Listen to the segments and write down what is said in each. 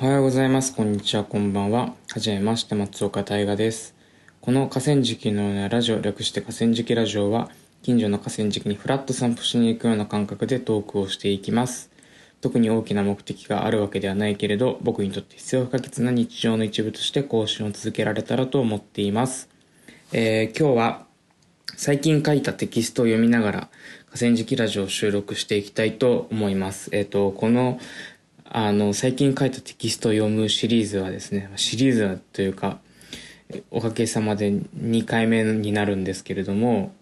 おはようございます。こんにちは。こんばんは。はじめまして、松岡大河です。この河川敷のようなラジオ、略して河川敷ラジオは、近所の河川敷にフラッと散歩しに行くような感覚でトークをしていきます。特に大きな目的があるわけではないけれど、僕にとって必要不可欠な日常の一部として更新を続けられたらと思っています。今日は最近書いたテキストを読みながら河川敷ラジオを収録していきたいと思います。この最近書いたテキストを読むシリーズはですね、シリーズというか、おかげさまで2回目になるんですけれども、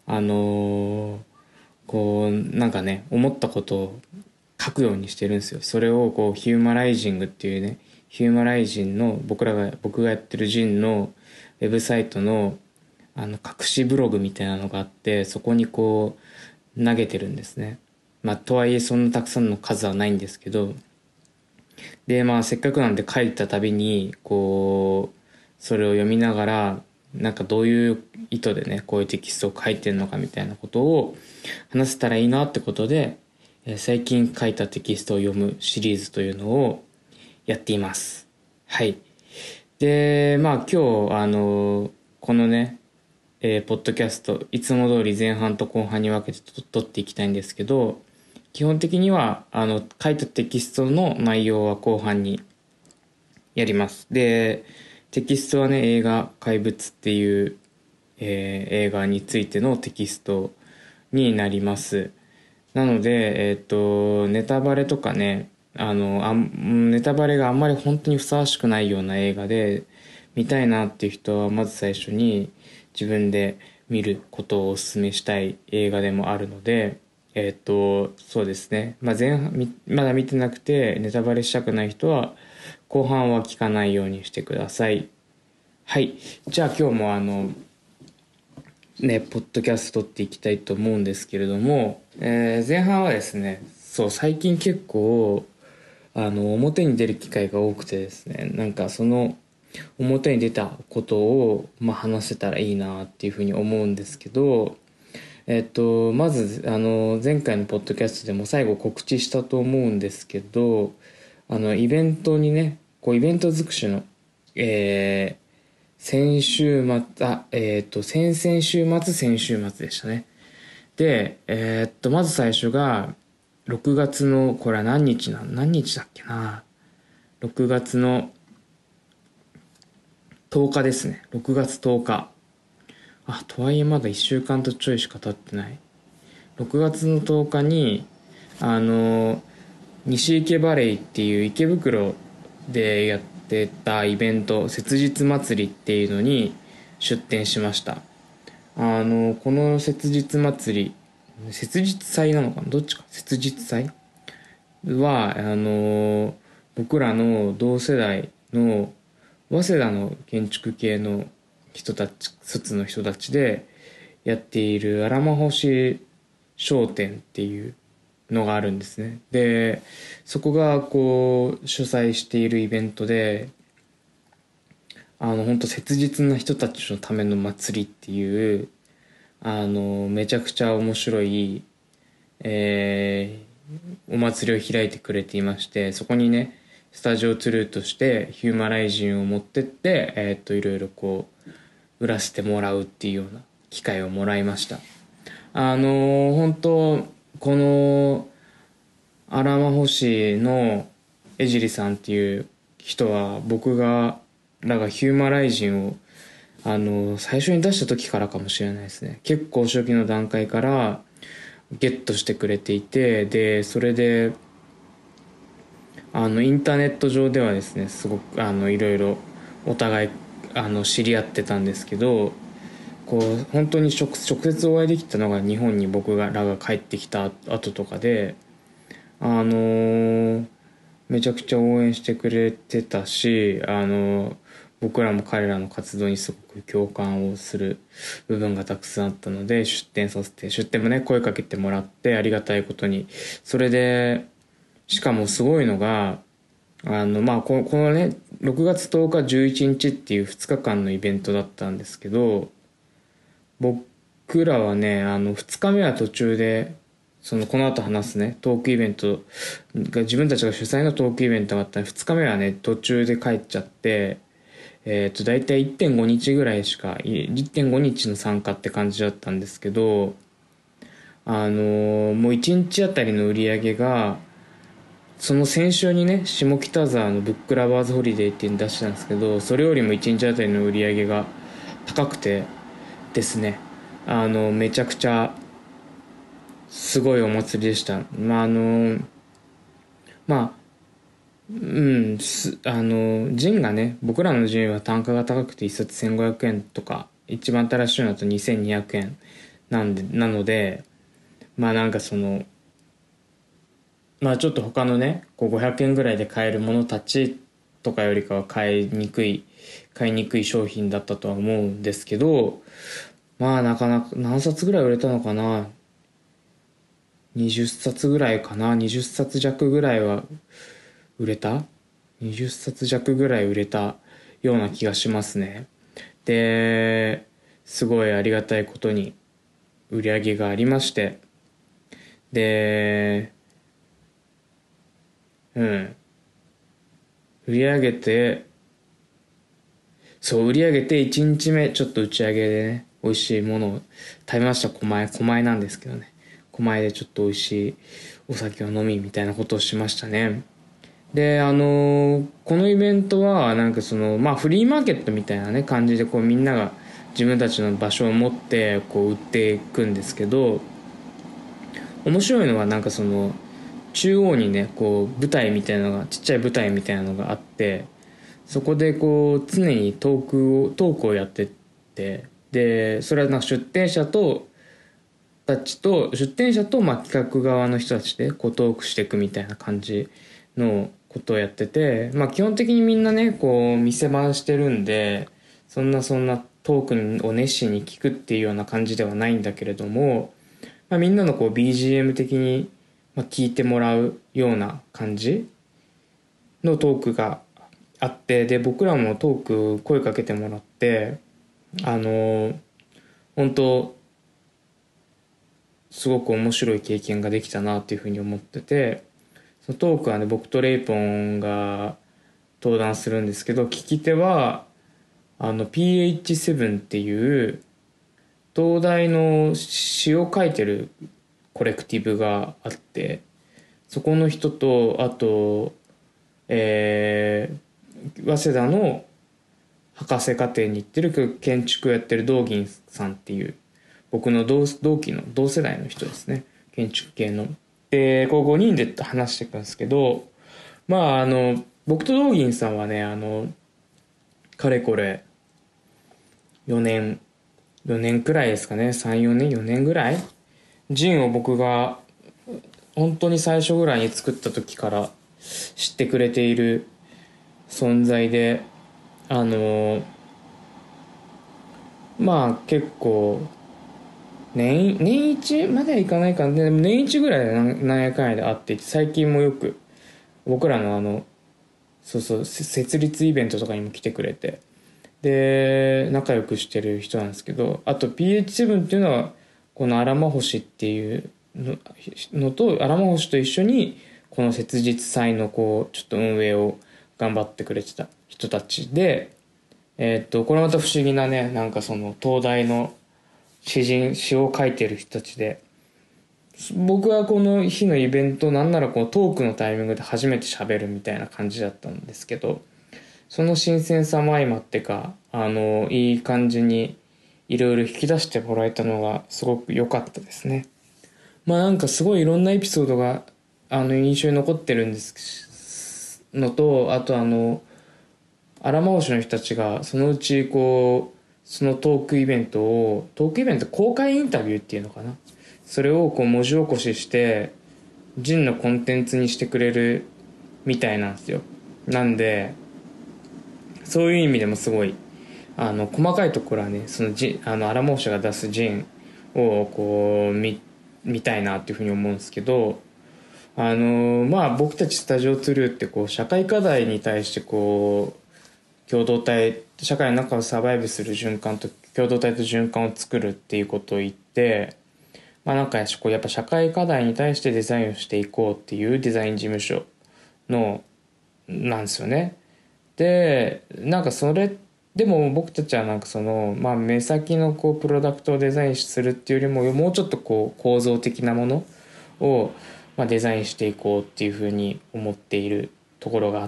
なんかね、思ったことを書くようにしてるんですよ。それをヒューマライジングっていうね、ヒューマライジンの僕がやってるジンのウェブサイトの隠しブログみたいなのがあって、そこに投げてるんですね。とはいえそんなたくさんの数はないんですけど、でせっかくなんで書いたたびにそれを読みながらなんかどういう意図でねこういうテキストを書いてるのかみたいなことを話せたらいいなってことで、最近書いたテキストを読むシリーズというのをやっています。はい。で今日このねポッドキャストいつも通り前半と後半に分けて撮っていきたいんですけど、基本的には書いたテキストの内容は後半にやります。でテキストはね映画怪物っていう、映画についてのテキストになります。なのでネタバレとかねネタバレがあんまり本当にふさわしくないような映画で見たいなっていう人はまず最初に自分で見ることをお勧めしたい映画でもあるので、そうですね、まだ見てなくてネタバレしたくない人は後半は聞かないようにしてください。はい。じゃあ今日もポッドキャスト撮っていきたいと思うんですけれども、前半はですね、そう、最近結構、表に出る機会が多くてですね、なんかその、表に出たことを、話せたらいいなっていうふうに思うんですけど、まず、前回のポッドキャストでも最後告知したと思うんですけど、イベントにね、イベント尽くしの、先週末、先々週末、先週末でしたね。で、まず最初が、6月の、これは何日だっけな。6月の10日ですね。6月10日。とはいえまだ1週間とちょいしか経ってない。6月の10日に、西池バレイっていう池袋でやってたイベント、切実祭りっていうのに出店しました。この切実祭り、切実祭なのかな、どっちか、切実祭は、僕らの同世代の早稲田の建築系の人たち、卒の人たちでやっている荒間星商店っていうのがあるんですね。で、そこが主催しているイベントで、本当切実な人たちのための祭りっていう、めちゃくちゃ面白い、お祭りを開いてくれていまして、そこにね、スタジオトゥルーとしてヒューマライジンを持ってって、いろいろ売らせてもらうっていうような機会をもらいました。本当この荒間星の江尻さんっていう人は僕がヒューマライジンを最初に出した時からかもしれないですね。結構初期の段階からゲットしてくれていて、でそれでインターネット上ではですねすごくいろいろお互い知り合ってたんですけど、本当に直接お会いできたのが日本に僕らが帰ってきた後とかで、めちゃくちゃ応援してくれてたし、僕らも彼らの活動にすごく共感をする部分がたくさんあったので出店もね声かけてもらってありがたいことに、それでしかもすごいのがこのね6月10日11日っていう2日間のイベントだったんですけど、僕らはね2日目は途中でこの後話すね、トークイベントが、自分たちが主催のトークイベントがあったら、2日目はね、途中で帰っちゃって、だいたい1.5日ぐらいしか、1.5日の参加って感じだったんですけど、もう1日あたりの売り上げが、その先週にね、下北沢のブックラバーズホリデーっていうの出したんですけど、それよりも1日あたりの売り上げが高くてですね、めちゃくちゃすごいお祭りでした。まあ、ジンがね、僕らのジンは単価が高くて一冊1500円とか、一番新しいのだと2200円なので、なんかちょっと他のね、こう500円ぐらいで買えるものたちとかよりかは買いにくい商品だったとは思うんですけど、なかなか何冊ぐらい売れたのかな、20冊ぐらいかな、20冊弱ぐらいは売れた20冊弱ぐらい売れたような気がしますね。で、すごいありがたいことに売り上げがありまして、で、売り上げて、売り上げて1日目ちょっと打ち上げでね、美味しいものを食べました。狛江なんですけどね。狛江でちょっと美味しいお酒を飲みみたいなことをしましたね。で、このイベントはなんかフリーマーケットみたいなね感じで、こうみんなが自分たちの場所を持ってこう売っていくんですけど、面白いのはなんか中央にね、こう舞台みたいなのが、ちっちゃい舞台みたいなのがあって、そこでこう常にトークをやってって、でそれはなんか出店者と企画側の人たちでこうトークしていくみたいな感じのことをやってて、基本的にみんなねこう店番してるんで、そんなトークを熱心に聞くっていうような感じではないんだけれども、みんなのこう BGM 的に聞いてもらうような感じのトークがあって、で僕らもトーク声かけてもらって、本当すごく面白い経験ができたなっていうふうに思ってて、そのトークはね、僕とレイポンが登壇するんですけど、聞き手はPH7 っていう東大の詩を書いてるコレクティブがあって、そこの人と、あと早稲田の博士課程に行ってる建築をやってる道銀さんっていう僕の同期の同世代の人ですね、建築系の。でこう5人で話していくんですけど、僕と道銀さんはね、かれこれ4年くらいですかね、4年ぐらい、ジンを僕が本当に最初ぐらいに作った時から知ってくれている存在で、結構年一まではいかないかな、でも年一ぐらいでなんやかんやで会っていて、最近もよく僕らの設立イベントとかにも来てくれて、で仲良くしてる人なんですけど、あと PH7 っていうのはこの荒間星っていうのと、荒間星と一緒にこの切実祭のこうちょっと運営を頑張ってくれてた人たちで、これまた不思議なね、なんか東大の詩を書いてる人たちで、僕はこの日のイベントなんならこうトークのタイミングで初めて喋るみたいな感じだったんですけど、その新鮮さも相まってか、いい感じにいろいろ引き出してもらえたのがすごく良かったですね。なんかすごいいろんなエピソードが印象に残ってるんですのと、あと荒間星の人たちがそのうちこうそのトークイベント公開インタビューっていうのかな、それをこう文字起こししてジンのコンテンツにしてくれるみたいなんですよ。なんでそういう意味でもすごい細かいところはね、荒間星が出すジンをこう見たいなっていうふうに思うんですけど、僕たちスタジオトゥルーってこう社会課題に対してこう社会の中をサバイブする循環と共同体と循環を作るっていうことを言って、 なんかこうやっぱ社会課題に対してデザインをしていこうっていうデザイン事務所のなんですよね。でなんかそれでも僕たちはなんか目先のこうプロダクトをデザインするっていうよりももうちょっとこう構造的なものをデザインしていこうっていうふうに思っているところがあって、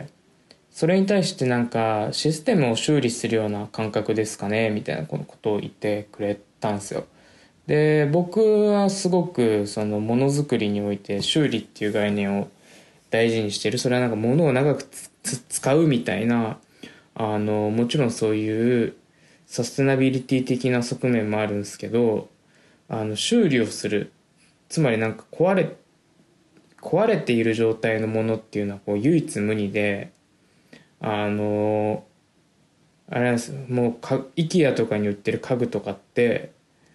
それに対してなんかシステムを修理するような感覚ですかねみたいなことを言ってくれたんですよ。で僕はすごくそのものづくりにおいて修理っていう概念を大事にしてる。それはなんか物を長く使うみたいなもちろんそういうサステナビリティ的な側面もあるんですけど、修理をする、つまりなんか壊れている状態のものっていうのはこう唯一無二で、あのあれなんですよ、もうIKEA とかに売ってる家具とかって、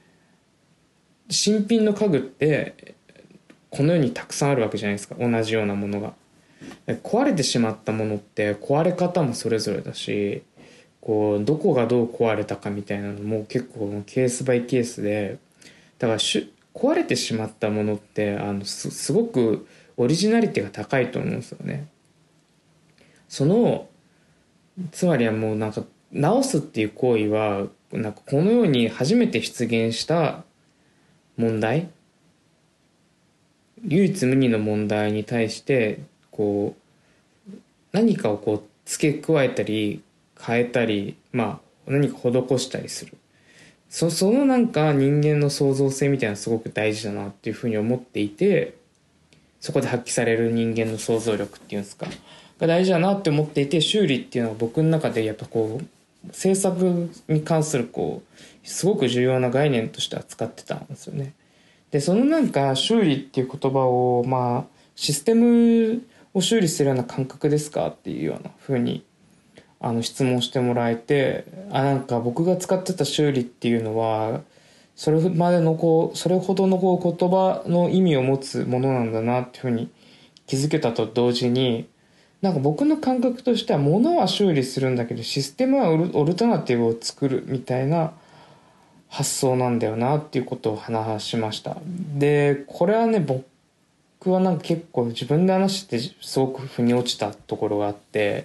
新品の家具ってこの世にたくさんあるわけじゃないですか、同じようなものが。壊れてしまったものって壊れ方もそれぞれだし、こうどこがどう壊れたかみたいなのも結構ケースバイケースで、だから壊れてしまったものってすごくオリジナリティが高いと思うんですよね。そのつまりはもうなんか直すっていう行為はなんかこの世に初めて出現した問題、唯一無二の問題に対してこう何かをこう付け加えたり変えたり、何か施したりする。そのなんか人間の創造性みたいなのすごく大事だなっていうふうに思っていて、そこで発揮される人間の想像力っていうんですかが大事だなって思っていて、修理っていうのは僕の中でやっぱこう制作に関するこうすごく重要な概念として扱ってたんですよね。でそのなんか修理っていう言葉をシステムを修理するような感覚ですかっていうような風に質問してもらえて、なんか僕が使ってた修理っていうのはそれほどのこう言葉の意味を持つものなんだなっていうふうに気づけたと同時に、なんか僕の感覚としては物は修理するんだけどシステムはオルタナティブを作るみたいな発想なんだよなっていうことを話しました。でこれはね、僕はなんか結構自分で話してすごく腑に落ちたところがあって、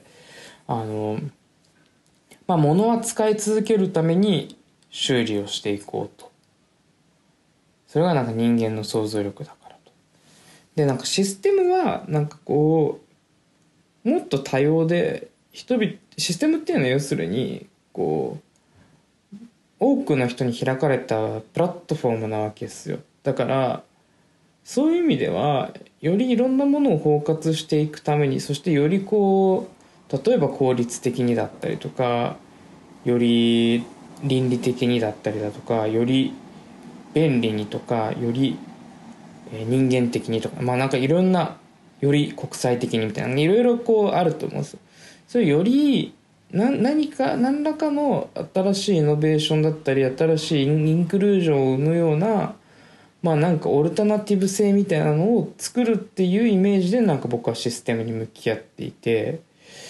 あの物は使い続けるために修理をしていこうと。それがなんか人間の想像力だからと。でなんかシステムはなんかこうもっと多様で、システムっていうのは要するにこう多くの人に開かれたプラットフォームなわけですよ。だからそういう意味ではよりいろんなものを包括していくために、そしてよりこう例えば効率的にだったりとか、より倫理的にだったりだとか、より便利にとか、より人間的にとか、なんかいろんな、より国際的にみたいな、いろいろこうあると思うんですよ。それより何らかの新しいイノベーションだったり、新しいインクルージョンを生むような、なんかオルタナティブ性みたいなのを作るっていうイメージでなんか僕はシステムに向き合っていて、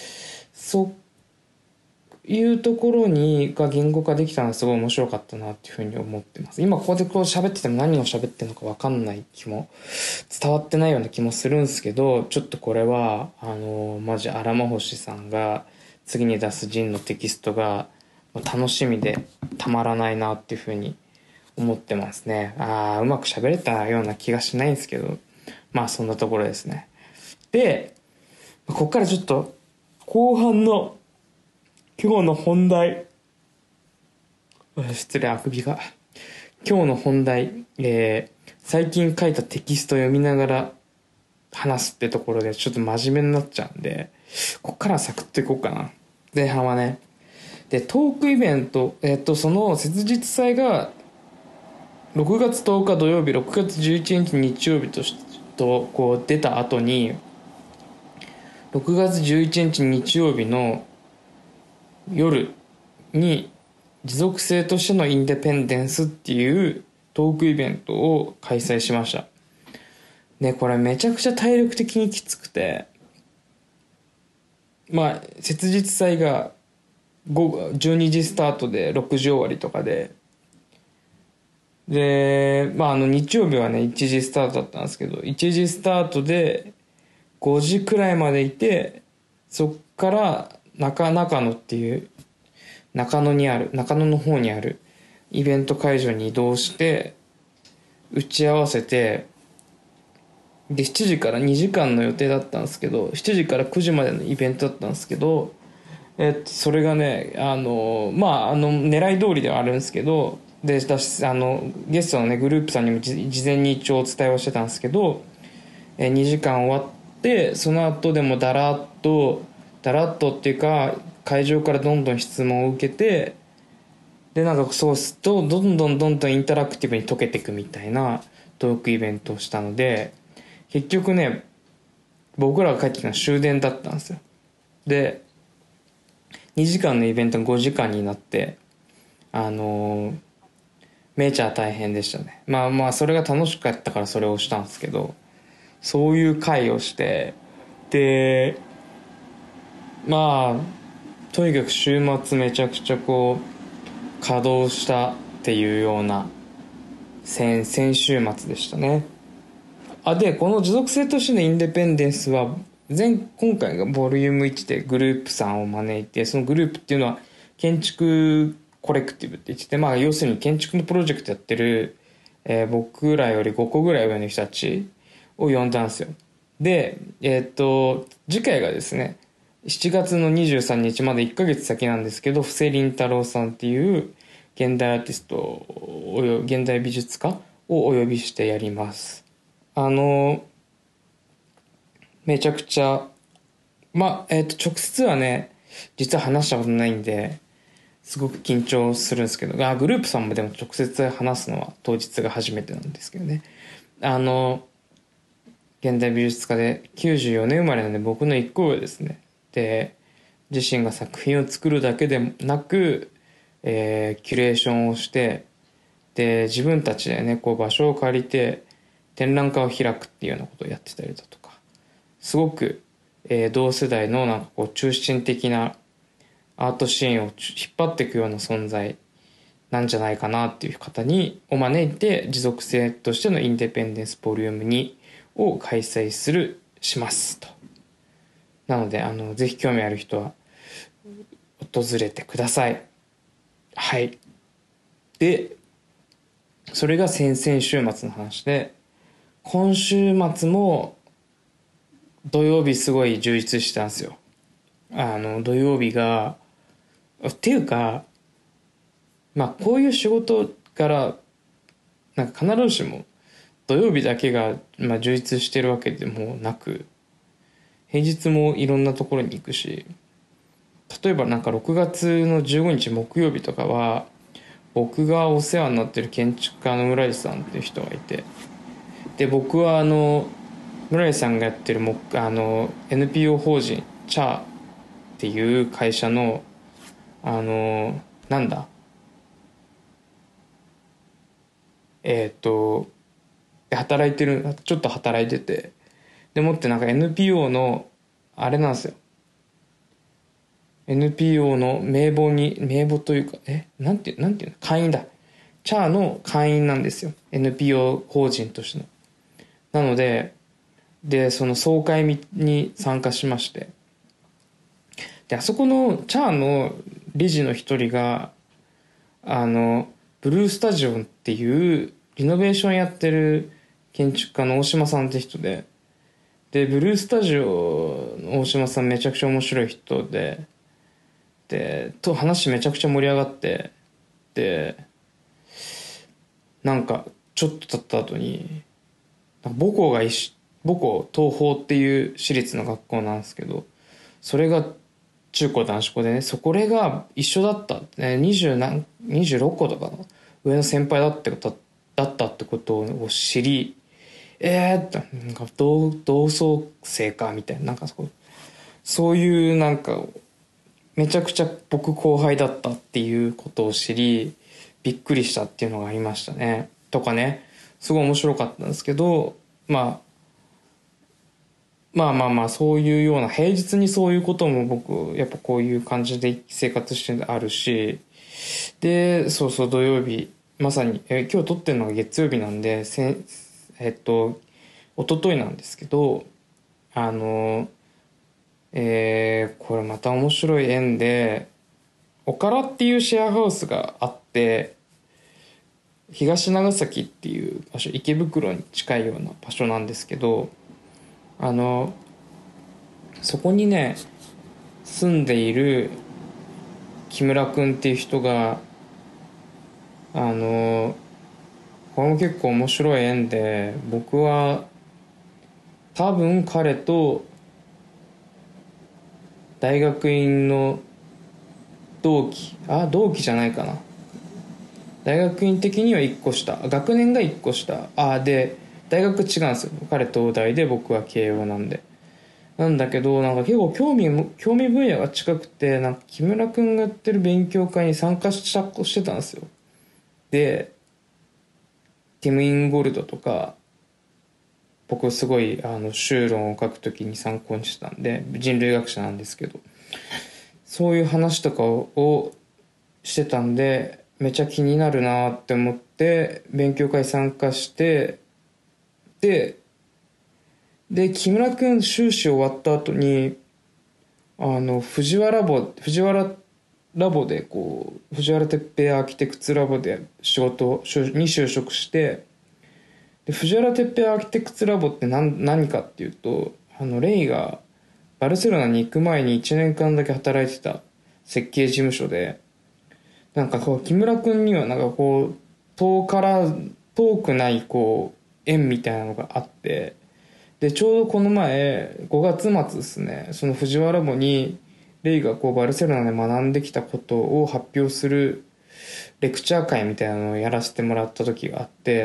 そういうところが言語化できたのはすごい面白かったなっていうふうに思ってます。今ここでこう喋ってても何を喋ってるのか分かんない気も、伝わってないような気もするんですけど、ちょっとこれはマジ荒間星さんが次に出すジンのテキストが楽しみでたまらないなっていうふうに思ってますね。うまく喋れたような気がしないんですけど、そんなところですね。でここからちょっと後半の今日の本題、失礼、あくびが。今日の本題、最近書いたテキストを読みながら話すってところでちょっと真面目になっちゃうんで、こっからサクッといこうかな。前半はね。で、トークイベント、その切実祭が6月10日土曜日、6月11日日曜日とこう出た後に、6月11日日曜日の夜に持続性としてのインデペンデンスっていうトークイベントを開催しました。ね、これめちゃくちゃ体力的にきつくて、切実祭が12時スタートで6時終わりとかで、 で、日曜日はね、1時スタートだったんですけど、1時スタートで5時くらいまでいて、そっから中野っていう、中野の方にあるイベント会場に移動して、打ち合わせて、で、7時から2時間の予定だったんですけど、7時から9時までのイベントだったんですけど、それがね、狙い通りではあるんですけど、で、私、ゲストのね、グループさんにも事前に一応お伝えをしてたんですけど、2時間終わって、その後でもだらっとっていうか、会場からどんどん質問を受けて、で、なんかそうすると、どんどんインタラクティブに解けていくみたいなトークイベントをしたので、結局ね、僕らが帰ってきたのは終電だったんですよ。で、2時間のイベントが5時間になって、めちゃ大変でしたね。それが楽しかったからそれをしたんですけど、そういう会をして、で、とにかく週末めちゃくちゃ稼働したっていうような先週末でしたね。で、この持続性としてのインデペンデンスは、今回がボリューム1でグループさんを招いて、そのグループっていうのは建築コレクティブって言ってて、要するに建築のプロジェクトやってる、僕らより5個ぐらい上の人たちを呼んだんですよ。で、次回がですね、7月の23日まで1ヶ月先なんですけど、布施凛太郎さんっていう現代アーティスト現代美術家をお呼びしてやります。めちゃくちゃ、直接はね、実は話したことないんで、すごく緊張するんですけど、グループさんもでも直接話すのは当日が初めてなんですけどね。現代美術家で94年生まれなんで僕の一個上ですね。で、自身が作品を作るだけでなく、キュレーションをして、で、自分たちでね、場所を借りて展覧会を開くっていうようなことをやってたりだとか、すごく、同世代の中心的なアートシーンを引っ張っていくような存在なんじゃないかなっていう方を招いて、持続性としてのインデペンデンスボリューム2を開催しますと。なので、ぜひ興味ある人は訪れてください。はい。で、それが先々週末の話で、今週末も土曜日すごい充実したんですよ。土曜日が、っていうか、こういう仕事からなんか必ずしも土曜日だけが、充実してるわけでもなく、平日もいろんなところに行くし、例えば6月の15日木曜日とかは、僕がお世話になってる建築家の村井さんっていう人がいて、で、僕は村井さんがやってるNPO 法人チャーっていう会社の、なんだちょっと働いてて、でもって NPO の、あれなんですよ。NPO の名簿というか、なんていうの会員だ。チャーの会員なんですよ。NPO 法人としての。なので、その総会に参加しまして。で、あそこのチャーの理事の一人が、ブルースタジオっていうリノベーションやってる建築家の大島さんって人で、ブルースタジオの大島さんめちゃくちゃ面白い人で、話めちゃくちゃ盛り上がって、ちょっと経った後に、母校東邦っていう私立の学校なんですけど、それが中高男子校でね、これが一緒だったってね、26個とかの上の先輩だったってことを知り、同窓生かみたいな、そういうめちゃくちゃ僕後輩だったっていうことを知り、びっくりしたっていうのがありましたね。とかね、すごい面白かったんですけど、そういうような、平日にそういうことも僕、やっぱこういう感じで生活してあるし、で、そうそう土曜日、 まさに、今日撮ってるのが月曜日なんで、一昨日なんですけど、あの、これまた面白い縁で、おからっていうシェアハウスがあって、東長崎っていう場所、池袋に近いような場所なんですけど、あの、そこにね、住んでいる木村くんっていう人が、あの、これも結構面白い縁で、僕は多分彼と大学院の同期じゃないかな。大学院的には1個下。学年が1個下。で、大学違うんですよ。彼東大で僕は慶応なんで。なんだけど、なんか結構興味分野が近くて、なんか木村くんがやってる勉強会に参加してたんですよ。で、ティム・インゴルドとか、僕すごい修論を書くときに参考にしてたんで、人類学者なんですけど、そういう話とかをしてたんで、めちゃ気になるなって思って勉強会参加して、で木村くん修士終わった後に藤原ラボで藤原哲平アーキテクツラボでに就職して、で藤原哲平アーキテクツラボって何かっていうと、レイがバルセロナに行く前に1年間だけ働いてた設計事務所で、なんか木村くんにはなんか遠くない縁みたいなのがあって、で、ちょうどこの前、5月末ですね、その藤原ラボに、レイがバルセロナで学んできたことを発表するレクチャー会みたいなのをやらせてもらった時があって、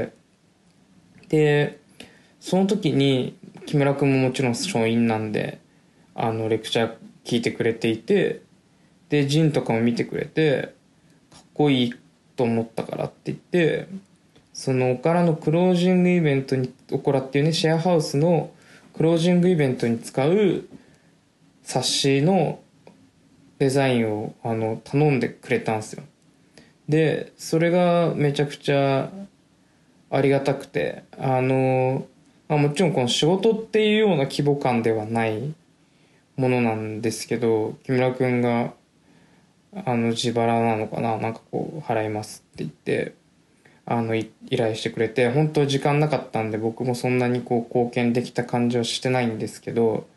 で、その時に、木村くんももちろん松陰なんで、レクチャー聞いてくれていて、で、ジンとかも見てくれて、かっこいいと思ったからって言って、そのおからのクロージングイベントに、おからっていうね、シェアハウスのクロージングイベントに使う冊子のデザインを頼んでくれたんですよ。で、それがめちゃくちゃありがたくて、もちろんこの仕事っていうような規模感ではないものなんですけど、木村くんが自腹なのかな、なんか払いますって言って、依頼してくれて、本当時間なかったんで僕もそんなに貢献できた感じはしてないんですけど、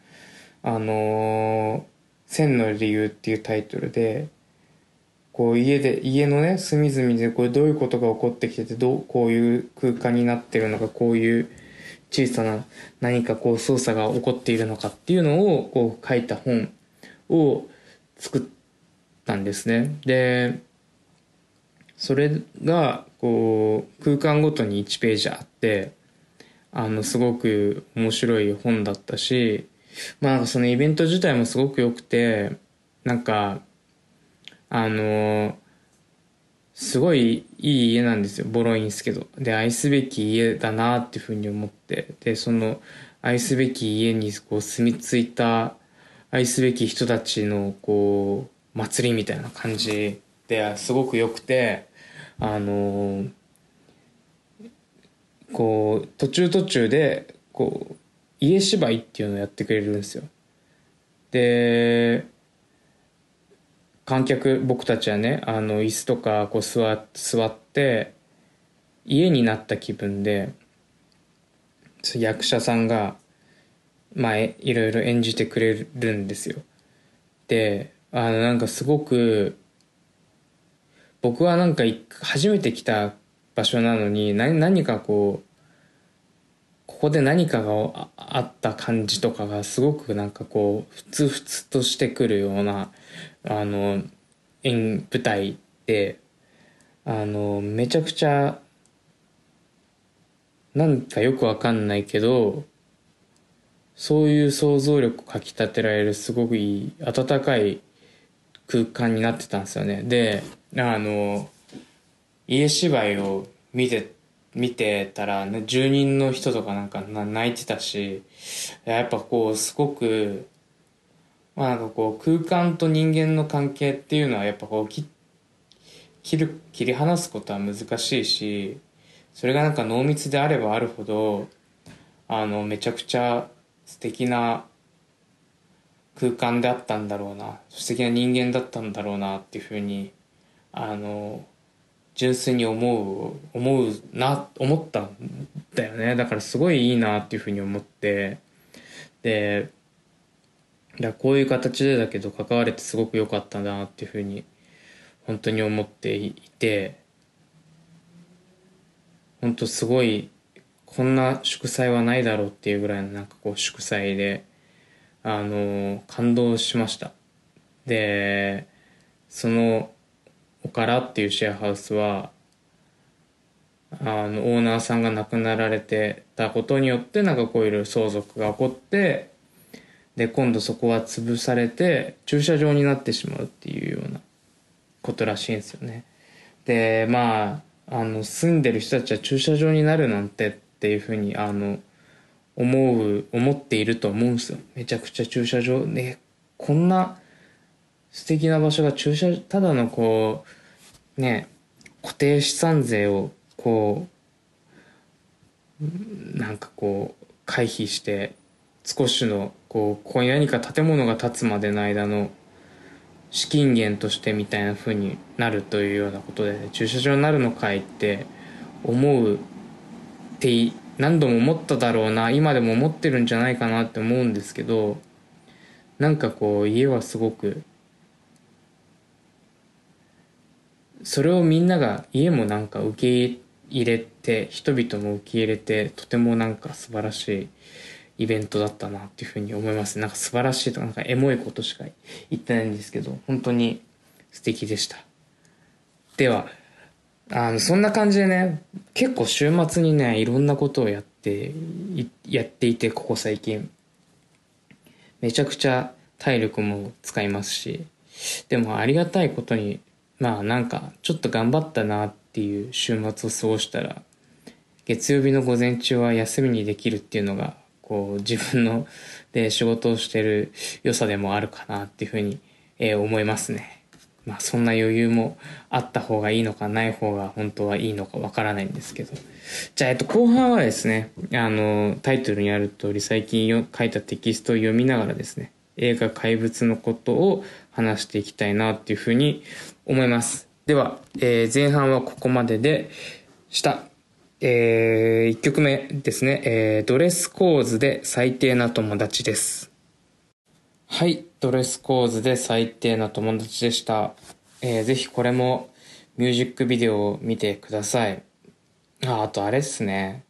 千の理由っていうタイトルで、家のね、隅々でどういうことが起こってきてて、こういう空間になってるのか、こういう小さな何か操作が起こっているのかっていうのを書いた本を作ったんですね。で、それが空間ごとに1ページあって、すごく面白い本だったし、なんかそのイベント自体もすごく良くて、なんかあのすごいいい家なんですよ。ボロいんですけど。で、愛すべき家だなっていうふうに思って、で、その愛すべき家に住み着いた愛すべき人たちの祭りみたいな感じですごく良くて、あの途中途中で家芝居っていうのをやってくれるんですよ。で、僕たちはね、椅子とか座って家になった気分で、役者さんがいろいろ演じてくれるんですよ。で、なんかすごく僕はなんか初めて来た場所なのに何かここで何かがあった感じとかがすごくなんかふつふつとしてくるようなあの舞台で、めちゃくちゃなんかよくわかんないけど、そういう想像力をかき立てられるすごくいい温かい空間になってたんですよね。で、家芝居を見てたら、ね、住人の人とかなんか泣いてたし、やっぱすごく、なんか空間と人間の関係っていうのはやっぱ切り離すことは難しいし、それがなんか濃密であればあるほどめちゃくちゃ素敵な空間であったんだろうな、素敵な人間だったんだろうなっていうふうにあの純粋に思ったんだよね。だからすごいいいなっていうふうに思って、でこういう形でだけど関われてすごく良かったなっていうふうに本当に思っていて、本当すごい、こんな祝祭はないだろうっていうぐらいのなんかこう祝祭で感動しました。でそのおからっていうシェアハウスはオーナーさんが亡くなられてたことによってなんかこういう相続が起こって、で今度そこは潰されて駐車場になってしまうっていうようなことらしいんですよね。で住んでる人たちは駐車場になるなんてっていうふうに思っていると思うんですよ。めちゃくちゃ駐車場ね、こんな素敵な場所がただのこうね、固定資産税をこうなんかこう回避して少しのここに何か建物が建つまでの間の資金源としてみたいな風になるというようなことで、駐車場になるのかいって思うって何度も思っただろうな、今でも思ってるんじゃないかなって思うんですけど、なんかこう家はすごくそれをみんなが家もなんか受け入れて、人々も受け入れて、とてもなんか素晴らしいイベントだったなっていうふうに思います。なんか素晴らしいとかなんかエモいことしか言ってないんですけど、本当に素敵でした。ではそんな感じでね、結構週末にねいろんなことをやっていて、ここ最近めちゃくちゃ体力も使いますし、でもありがたいことになんかちょっと頑張ったなっていう週末を過ごしたら、月曜日の午前中は休みにできるっていうのがこう自分ので仕事をしてる良さでもあるかなっていうふうに、思いますね。そんな余裕もあった方がいいのかない方が本当はいいのかわからないんですけど、じゃあ後半はですね、タイトルにある通り最近書いたテキストを読みながらですね、映画怪物のことを話していきたいなっていうふうに思います。では、前半はここまででした。1曲目ですね、ドレスコーズで最低な友達です。はい、ドレスコーズで最低な友達でした。ぜひこれもミュージックビデオを見てください。あとあれっすね。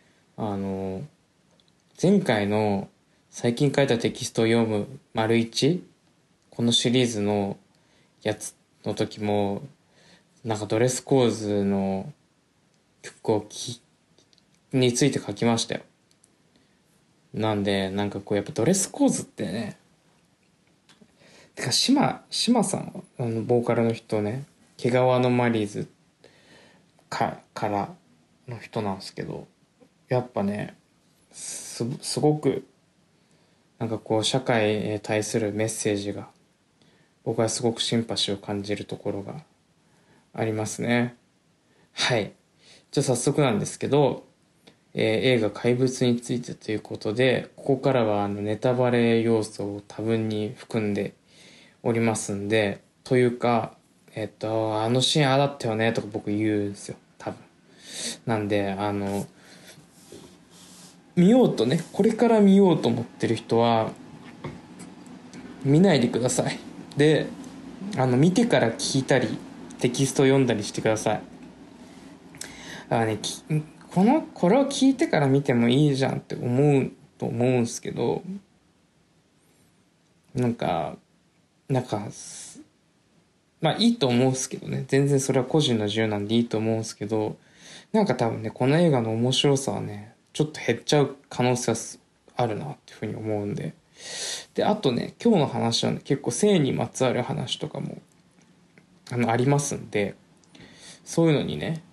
前回の最近書いたテキストを読む丸一、このシリーズのやつの時も、なんかドレスコーズの曲について書きましたよ。なんで、なんかこうやっぱドレスコーズってね、てか島さん、ボーカルの人ね、毛皮のマリーズからの人なんですけど、やっぱね、すごく、なんかこう社会に対するメッセージが、僕はすごくシンパシーを感じるところがありますね。はい。じゃあ早速なんですけど、映画怪物についてということで、ここからはネタバレ要素を多分に含んでおりますんで、というか、あのシーンああだったよねとか僕言うんですよ、多分。なんで、見ようとね、これから見ようと思ってる人は、見ないでください。で、見てから聞いたり、テキスト読んだりしてください。ね、これを聞いてから見てもいいじゃんって思うと思うんすけど、なんか、いいと思うんすけどね。全然それは個人の自由なんでいいと思うんすけど、なんか多分ね、この映画の面白さはね、ちょっと減っちゃう可能性はあるなっていうふうに思うんで。で、あとね、今日の話はね、結構性にまつわる話とかも、ありますんで、そういうのにね、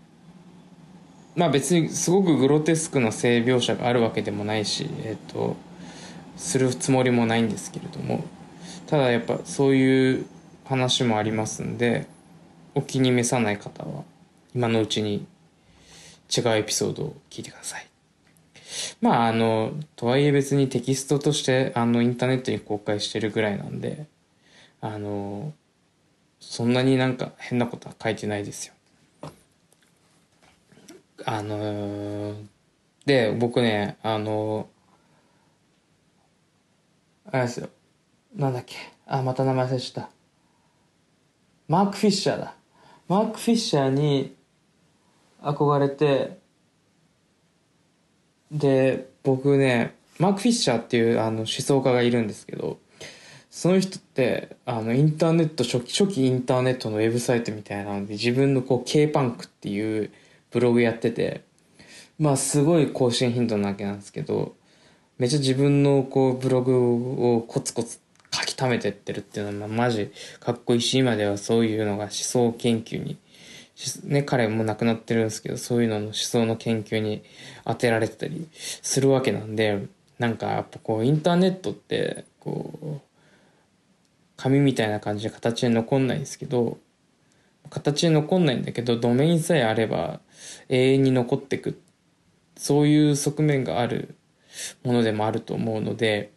別にすごくグロテスクな性描写があるわけでもないし、するつもりもないんですけれども、ただやっぱそういう話もありますんで、 お気に召さない方は今のうちに違うエピソードを聞いてください。まあとはいえ別にテキストとしてインターネットに公開してるぐらいなんで、そんなになんか変なことは書いてないですよ。で僕ねあれですよ、なんだっけ、また名前忘れちゃった。マーク・フィッシャーだ。マーク・フィッシャーに憧れて、で僕ねマーク・フィッシャーっていう思想家がいるんですけど、その人ってインターネット初期インターネットのウェブサイトみたいなので自分のこう K-PUNK っていうブログやってて、まあすごい更新頻度なわけなんですけど、めっちゃ自分のこうブログをコツコツ書き溜めてってるっていうのはマジかっこいいし、今ではそういうのが思想研究にね、彼も亡くなってるんですけど、そういうのの思想の研究に当てられてたりするわけなんで、なんかやっぱこうインターネットってこう紙みたいな感じで形に残んないんですけど、形に残んないんだけどドメインさえあれば永遠に残ってく、そういう側面があるものでもあると思うので、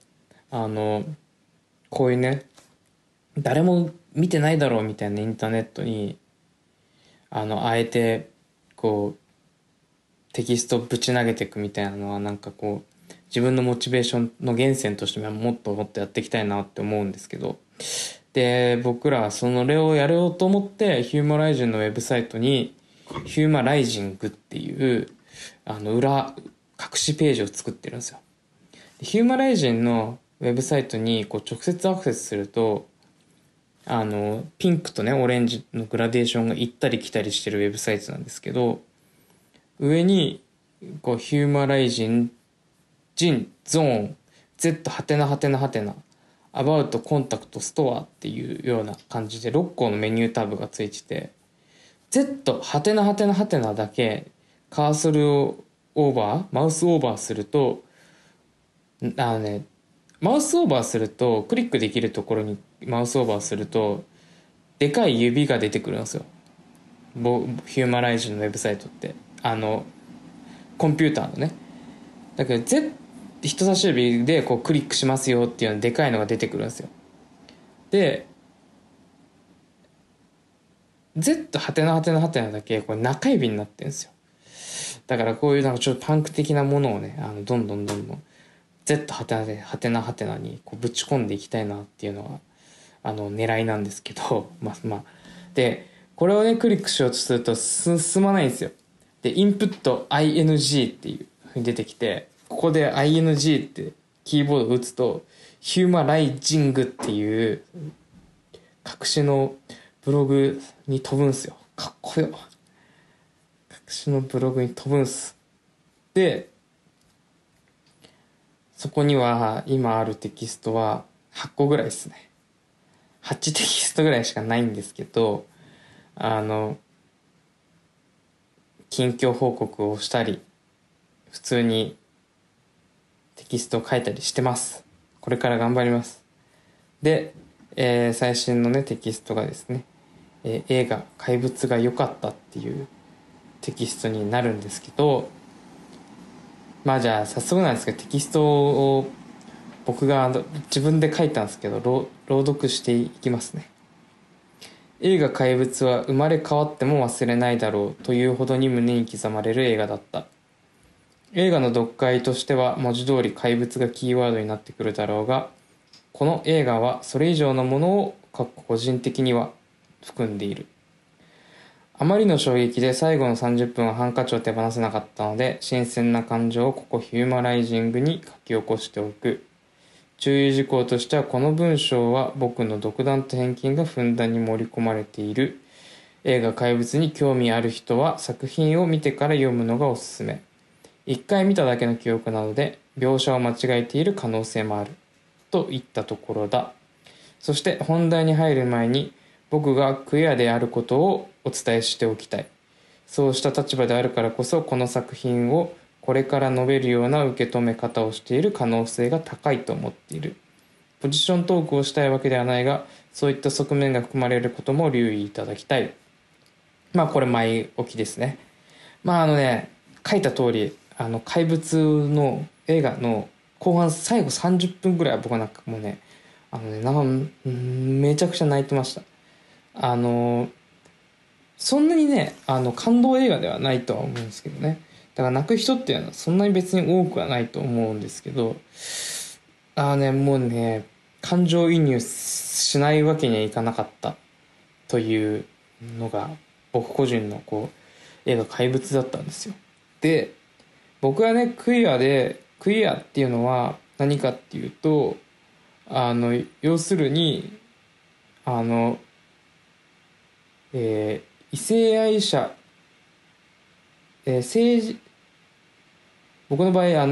こういうね、誰も見てないだろうみたいなインターネットにあえてこうテキストぶち投げていくみたいなのは、なんかこう自分のモチベーションの源泉としてもっともっとやっていきたいなって思うんですけど、で僕らはそれをやろうと思ってヒューマライジンのウェブサイトにヒューマライジングっていう裏隠しページを作ってるんですよ。ヒューマライジンのウェブサイトにこう直接アクセスするとピンクとねオレンジのグラデーションが行ったり来たりしてるウェブサイトなんですけど、上にこうヒューマライジンゾーン Z はてなはてなはてなアバウトコンタクトストアっていうような感じで6個のメニュータブがついてて、 Z はてなはてなはてなだけカーソルをマウスオーバーすると、マウスオーバーするとクリックできるところにマウスオーバーするとでかい指が出てくるんですよ。ヒューマライジンのウェブサイトってコンピューターのね、だけど人差し指でこうクリックしますよっていうのでかいのが出てくるんですよ。で Z はてなはてなはてなだけこれ中指になってるんですよ。だからこういうなんかちょっとパンク的なものをねどんどん Z はてなはてなはてなにこうぶち込んでいきたいなっていうのは狙いなんですけどでこれをねクリックしようとすると進まないんですよ。でインプット ING っていうふうに出てきて、ここで ING ってキーボードを打つとヒューマライジングっていう隠しのブログに飛ぶんすよ。かっこよ。隠しのブログに飛ぶんす。でそこには今あるテキストは8個ぐらいですね。8テキストぐらいしかないんですけど、近況報告をしたり普通にテキストを書いたりしてます。これから頑張ります。で、最新のねテキストがですね、映画怪物が良かったっていうテキストになるんですけど、まあじゃあ早速なんですけどテキストを僕が自分で書いたんですけど朗読していきますね。映画怪物は生まれ変わっても忘れないだろうというほどに胸に刻まれる映画だった。映画の読解としては文字通り怪物がキーワードになってくるだろうが、この映画はそれ以上のものを個人的には含んでいる。あまりの衝撃で最後の30分はハンカチを手放せなかったので、新鮮な感情をここヒューマライジングに書き起こしておく。注意事項としては、この文章は僕の独断と偏見がふんだんに盛り込まれている。映画怪物に興味ある人は作品を見てから読むのがおすすめ。一回見ただけの記憶なので描写を間違えている可能性もある。といったところだ。そして本題に入る前に僕がクエアであることをお伝えしておきたい。そうした立場であるからこそこの作品をこれから述べるような受け止め方をしている可能性が高いと思っている。ポジショントークをしたいわけではないが、そういった側面が含まれることも留意いただきたい。 まあこれ前置きですね。まあ書いた通り怪物の映画の後半最後30分ぐらいは僕はなんかもうねめちゃくちゃ泣いてました。あのそんなにね感動映画ではないとは思うんですけどね。だから泣く人っていうのはそんなに別に多くはないと思うんですけど、もうね感情移入しないわけにはいかなかったというのが僕個人の映画怪物だったんですよ。で僕はねクイアっていうのは何かっていうと要するにあの、異性愛者、政治僕の場合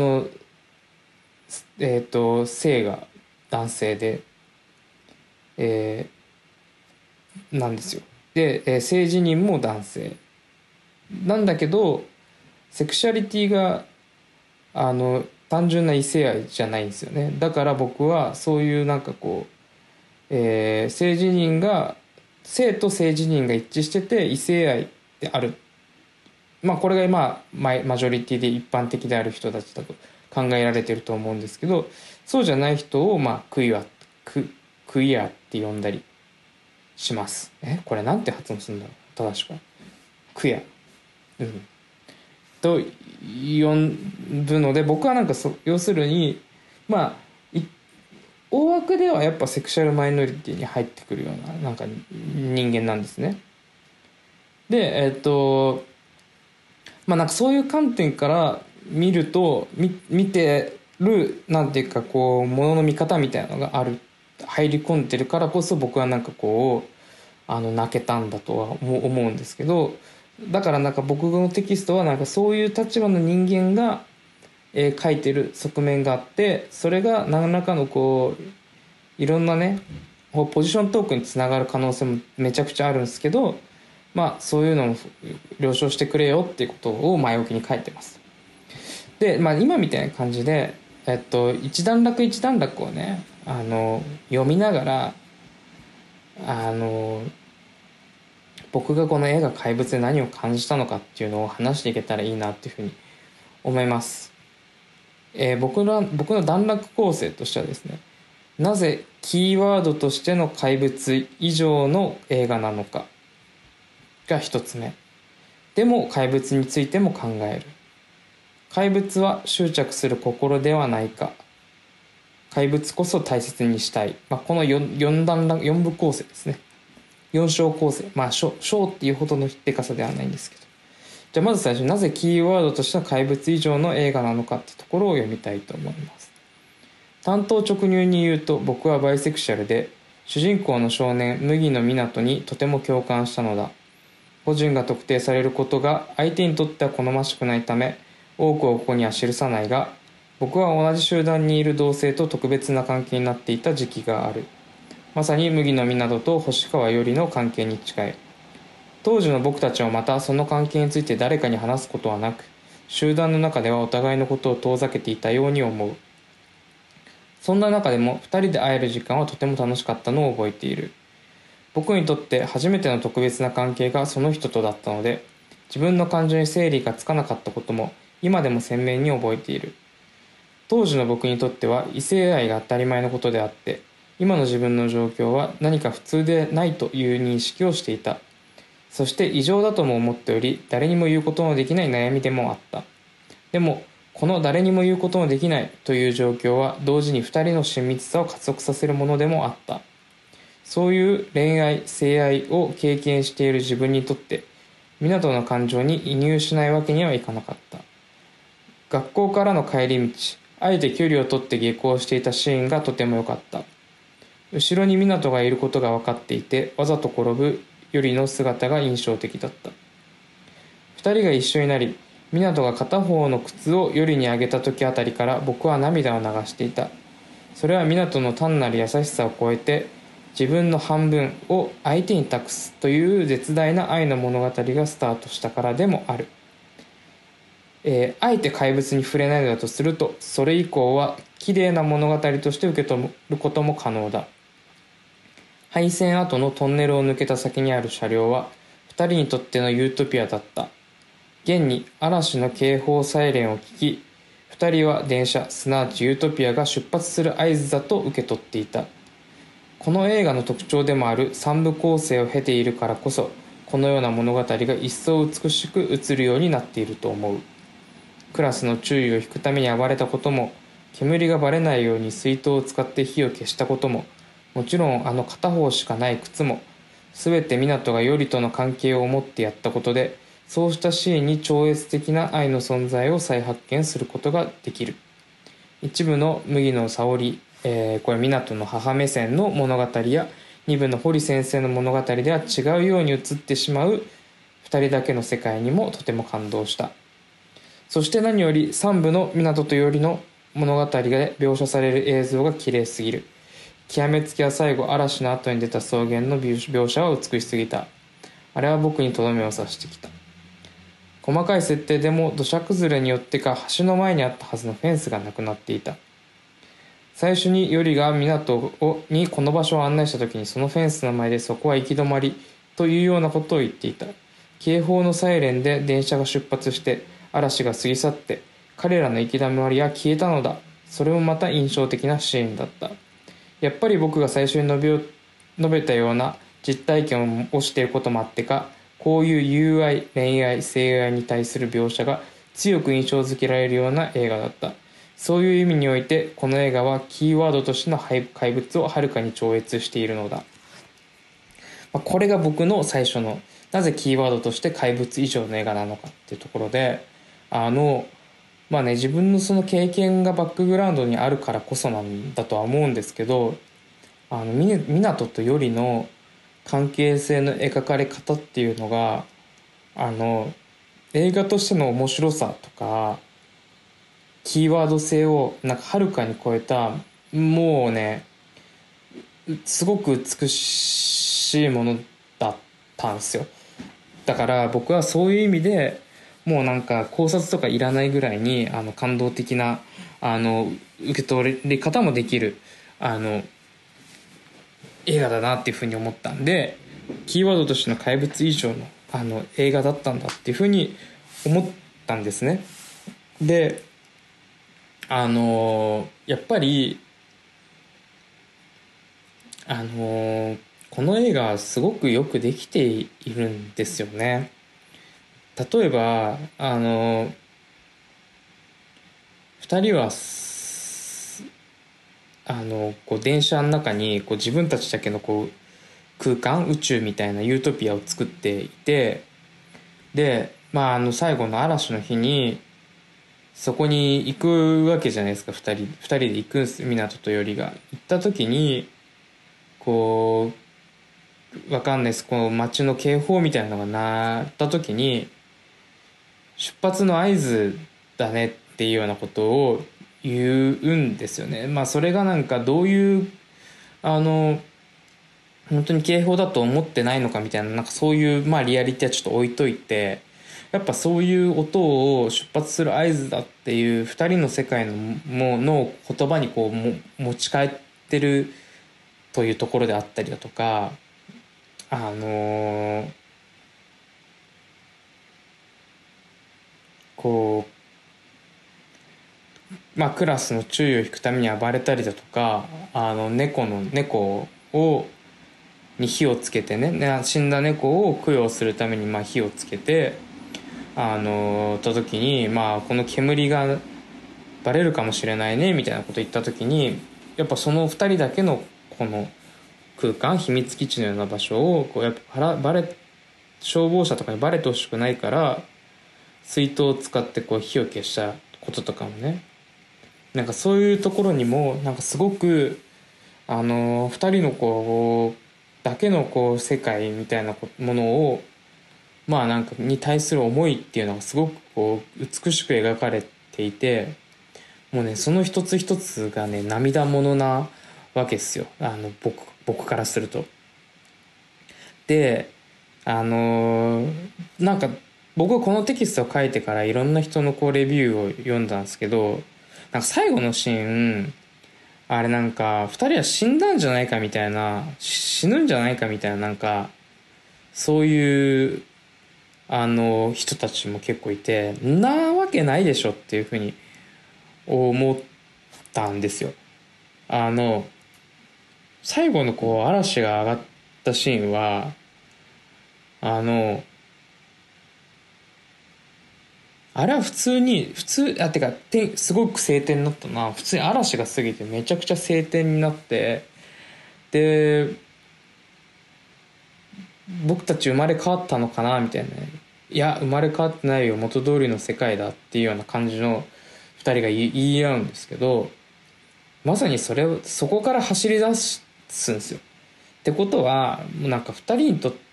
性が男性で、えなんですよ。で、性自認も男性なんだけどセクシャリティが単純な異性愛じゃないんですよね。だから僕はそういうなんか性自認が性と性自認が一致してて異性愛である、まあこれがマジョリティで一般的である人たちだと考えられてると思うんですけど、そうじゃない人をクイアって呼んだりします。これなんて発音するんだろう、正しくはクイア、と呼ぶので、僕はなんか要するにまあ大枠ではやっぱセクシャルマイノリティに入ってくるようななんか人間なんですね。でなんかそういう観点から見ると見てるなんていうかものの見方みたいなのが入り込んでるからこそ僕はなんか泣けたんだとは思うんですけど、だからなんか僕のテキストはなんかそういう立場の人間が、書いてる側面があって、それが何らかのいろんなねポジショントークにつながる可能性もめちゃくちゃあるんですけど、そういうのも了承してくれよっていうことを前置きに書いてます。で、今みたいな感じで、一段落一段落をね読みながら僕がこの映画怪物で何を感じたのかっていうのを話していけたらいいなっていうふうに思います。僕の段落構成としてはですね、なぜキーワードとしての怪物以上の映画なのかが一つ目。でも怪物についても考える。怪物は執着する心ではないか。怪物こそ大切にしたい。この4部構成ですね。4章構成。章っていうほどのでかさではないんですけど。じゃあまず最初になぜキーワードとしては怪物以上の映画なのかってところを読みたいと思います。単刀直入に言うと僕はバイセクシャルで、主人公の少年麦野湊にとても共感したのだ。個人が特定されることが相手にとっては好ましくないため、多くをここには記さないが、僕は同じ集団にいる同性と特別な関係になっていた時期がある。まさに麦野湊と星川よりの関係に近い。当時の僕たちはまたその関係について誰かに話すことはなく、集団の中ではお互いのことを遠ざけていたように思う。そんな中でも二人で会える時間はとても楽しかったのを覚えている。僕にとって初めての特別な関係がその人とだったので、自分の感情に整理がつかなかったことも今でも鮮明に覚えている。当時の僕にとっては異性愛が当たり前のことであって、今の自分の状況は何か普通でないという認識をしていた。そして異常だとも思っており、誰にも言うことのできない悩みでもあった。でもこの誰にも言うことのできないという状況は同時に二人の親密さを加速させるものでもあった。そういう恋愛性愛を経験している自分にとって、湊の感情に移入しないわけにはいかなかった。学校からの帰り道、あえて距離を取って下校していたシーンがとても良かった。後ろに湊がいることが分かっていて、わざと転ぶよりの姿が印象的だった。二人が一緒になり、湊が片方の靴をよりに上げた時あたりから僕は涙を流していた。それは湊の単なる優しさを超えて、自分の半分を相手に託すという絶大な愛の物語がスタートしたからでもある。あえて怪物に触れないのだとすると、それ以降は綺麗な物語として受け取ることも可能だ。配線跡のトンネルを抜けた先にある車両は、 二人にとってのユートピアだった。現に嵐の警報サイレンを聞き、二人は電車、すなわちユートピアが出発する合図だと受け取っていた。この映画の特徴でもある三部構成を経ているからこそ、このような物語が一層美しく映るようになっていると思う。クラスの注意を引くために暴れたことも、煙がバレないように水筒を使って火を消したことも、もちろんあの片方しかない靴も、すべて湊がよりとの関係を思ってやったことで、そうしたシーンに超越的な愛の存在を再発見することができる。一部の麦野沙織、これ湊の母目線の物語や、二部の堀先生の物語では違うように映ってしまう二人だけの世界にもとても感動した。そして何より三部の湊と頼の物語で描写される映像が綺麗すぎる。極めつきは最後、嵐の後に出た草原の描写は美しすぎた。あれは僕にとどめを刺してきた。細かい設定でも土砂崩れによってか橋の前にあったはずのフェンスがなくなっていた。最初にヨリが湊にこの場所を案内した時に、そのフェンスの前でそこは行き止まりというようなことを言っていた。警報のサイレンで電車が出発して嵐が過ぎ去って彼らの行き止まりは消えたのだ。それもまた印象的なシーンだった。やっぱり僕が最初に述べたような実体験をしていることもあってか、こういう友愛、恋愛、性愛に対する描写が強く印象づけられるような映画だった。そういう意味において、この映画はキーワードとしての怪物をはるかに超越しているのだ。これが僕の最初の、なぜキーワードとして怪物以上の映画なのかっていうところで、自分のその経験がバックグラウンドにあるからこそなんだとは思うんですけど、湊とよりの関係性の描かれ方っていうのが映画としての面白さとかキーワード性をなんかはるかに超えた、もうねすごく美しいものだったんですよ。だから僕はそういう意味でもうなんか考察とかいらないぐらいに感動的な受け取り方もできる映画だなっていうふうに思ったんで、キーワードとしての怪物以上の映画だったんだっていうふうに思ったんですね。でやっぱりこの映画すごくよくできているんですよね。例えば2人はこう電車の中にこう自分たちだけのこう空間宇宙みたいなユートピアを作っていて、で最後の嵐の日にそこに行くわけじゃないですか。二人で行くんです湊とよりが。行った時にこうわかんないです、この街の警報みたいなのが鳴った時に出発の合図だねっていうようなことを言うんですよね。それがなんかどういう本当に警報だと思ってないのかみたいな、なんかそういうリアリティはちょっと置いといて、やっぱそういう音を出発する合図だっていう二人の世界の言葉にこう持ち帰ってるというところであったりだとか、こうクラスの注意を引くために暴れたりだとか、猫に火をつけてね、死んだ猫を供養するために火をつけてた時にこの煙がバレるかもしれないねみたいなこと言った時に、やっぱその2人だけのこの空間、秘密基地のような場所をこうやっぱ消防車とかにバレてほしくないから水筒を使ってこう火を消したこととかもね、なんかそういうところにもなんかすごく2人のこうだけのこう世界みたいなものをなんかに対する思いっていうのがすごくこう美しく描かれていて、もうねその一つ一つがね涙ものなわけですよ、僕からすると。でなんか僕はこのテキストを書いてからいろんな人のこうレビューを読んだんですけど、なんか最後のシーンあれなんか2人は死んだんじゃないかみたいな、死ぬんじゃないかみたいな、なんかそういう人たちも結構いて、なわけないでしょっていうふうに思ったんですよ。最後のこう嵐が上がったシーンは、あのあれはてか、すごく晴天になったな。普通に嵐が過ぎてめちゃくちゃ晴天になって、で、僕たち生まれ変わったのかなみたいな。いや、生まれ変わってないよ。元通りの世界だっていうような感じの二人が言い合うんですけど、まさにそこから走り出すんですよ。ってことは、もうなんか二人にとって、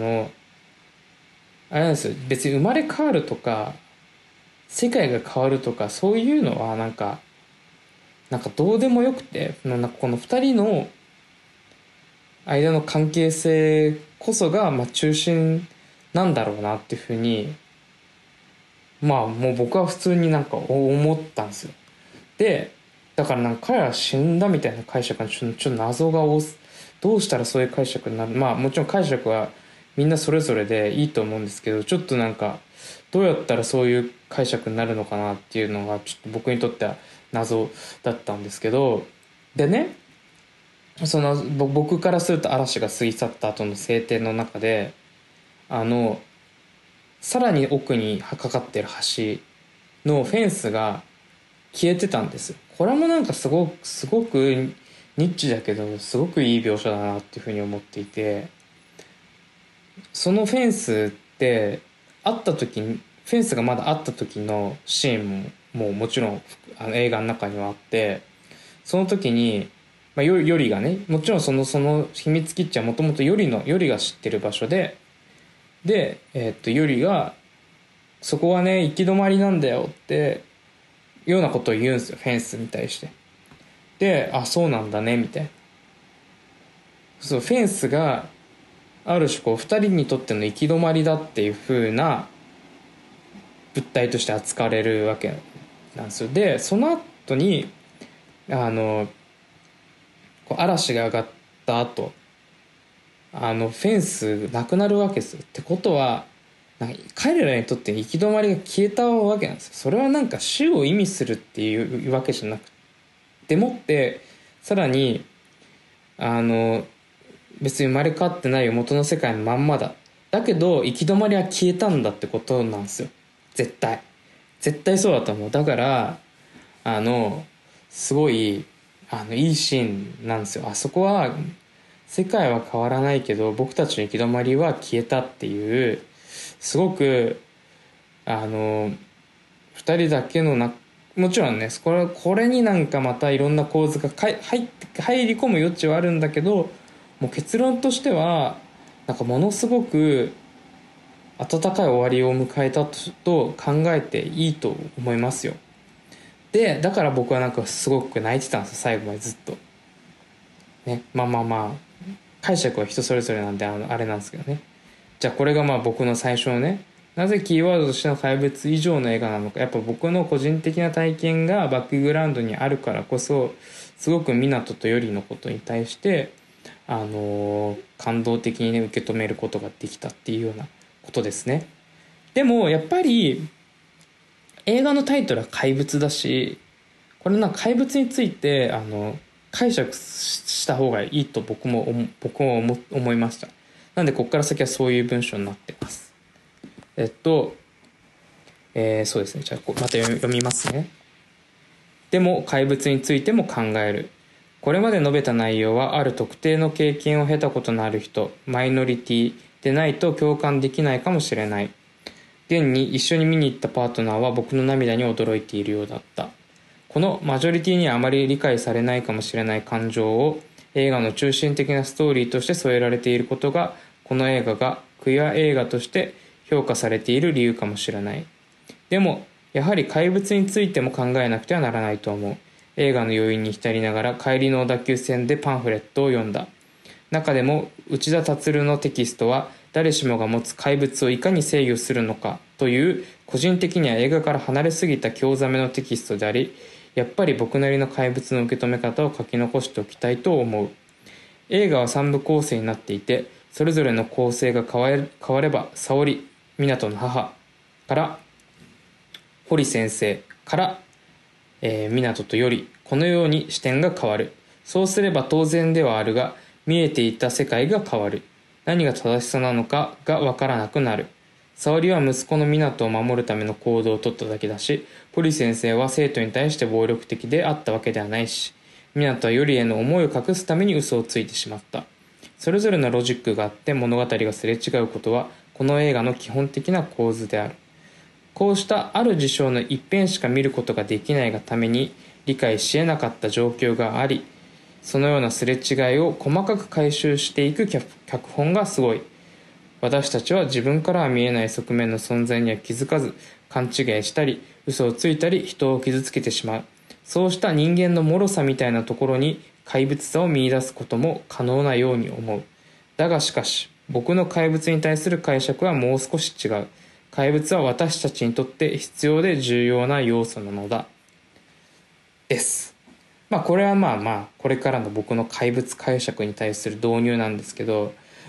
あれなんですよ。別に生まれ変わるとか、世界が変わるとか、そういうのはなんかどうでもよくて、なんかこの二人の間の関係性こそが、まあ、中心なんだろうなっていうふうに、まあもう僕は普通になんか思ったんですよ。で、だからなんか彼ら死んだみたいな解釈がちょっと謎がどうしたらそういう解釈になる、まあもちろん解釈はみんなそれぞれでいいと思うんですけど、ちょっとなんかどうやったらそういう解釈になるのかなっていうのがちょっと僕にとっては謎だったんですけど、でね、僕からすると嵐が過ぎ去った後の晴天の中で、あのさらに奥にかかってる橋のフェンスが消えてたんです。これもなんかすごくニッチだけどすごくいい描写だなっていうふうに思っていて、そのフェンスってフェンスがまだあった時のシーンももちろん映画の中にはあって、その時に、まあ、ヨリがね、もちろんその秘密基地はもともとヨリが知ってる場所で、ヨリがそこはね行き止まりなんだよってようなことを言うんですよ、フェンスに対して。で、あ、そうなんだねみたいな。そう、フェンスがある種こう二人にとっての行き止まりだっていう風な物体として扱われるわけなんですよ。でその後にこう嵐が上がった後、フェンスなくなるわけですよ。ってことはなんか彼らにとって行き止まりが消えたわけなんですよ。それはなんか死を意味するっていうわけじゃなくてもって、さらに別に生まれ変わってないよ、元の世界のまんまだ、だけど行き止まりは消えたんだってことなんですよ。絶対そうだと思う。だからすごいいいシーンなんですよ。あそこは世界は変わらないけど僕たちの行き止まりは消えたっていう、すごく二人だけのもちろんね、これになんかまたいろんな構図が入り込む余地はあるんだけど、もう結論としてはなんかものすごく温かい終わりを迎えたと考えていいと思いますよ。でだから僕はなんかすごく泣いてたんですよ、最後までずっとね。まあ解釈は人それぞれなんであれなんですけどね。じゃあこれがまあ僕の最初のね、なぜキーワードとしての怪物以上の映画なのか、やっぱ僕の個人的な体験がバックグラウンドにあるからこそ、すごく湊とよりのことに対して感動的にね受け止めることができたっていうようなことですね。でもやっぱり映画のタイトルは怪物だし、これなんか怪物について解釈した方がいいと僕も思いました。なんでここから先はそういう文章になってます。そうですね。じゃあまた読みますね。でも怪物についても考える。これまで述べた内容はある特定の経験を経たことのある人、マイノリティでないと共感できないかもしれない。現に一緒に見に行ったパートナーは僕の涙に驚いているようだった。このマジョリティにはあまり理解されないかもしれない感情を映画の中心的なストーリーとして添えられていることが、この映画がクイア映画として評価されている理由かもしれない。でもやはり怪物についても考えなくてはならないと思う。映画の余韻に浸りながら帰りの小田急線でパンフレットを読んだ。中でも内田達のテキストは、誰しもが持つ怪物をいかに制御するのかという個人的には映画から離れすぎた興ざめのテキストであり、やっぱり僕なりの怪物の受け止め方を書き残しておきたいと思う。映画は3部構成になっていて、 それぞれの構成が変われば、沙織、湊の母から堀先生から、湊とより、このように視点が変わる。そうすれば当然ではあるが、見えていた世界が変わる。何が正しさなのかがわからなくなる。沙織は息子の湊を守るための行動を取っただけだし、堀先生は生徒に対して暴力的であったわけではないし、湊は頼への思いを隠すために嘘をついてしまった。それぞれのロジックがあって物語がすれ違うことは、この映画の基本的な構図である。こうしたある事象の一辺しか見ることができないがために理解し得なかった状況があり、そのようなすれ違いを細かく回収していく脚本がすごい。私たちは自分からは見えない側面の存在には気づかず、勘違いしたり、嘘をついたり、人を傷つけてしまう。そうした人間の脆さみたいなところに怪物さを見出すことも可能なように思う。だがしかし、僕の怪物に対する解釈はもう少し違う。怪物は私たちにとって必要で重要な要素なのだ。です。これはこれからの僕の怪物解釈に対する導入なんですけど、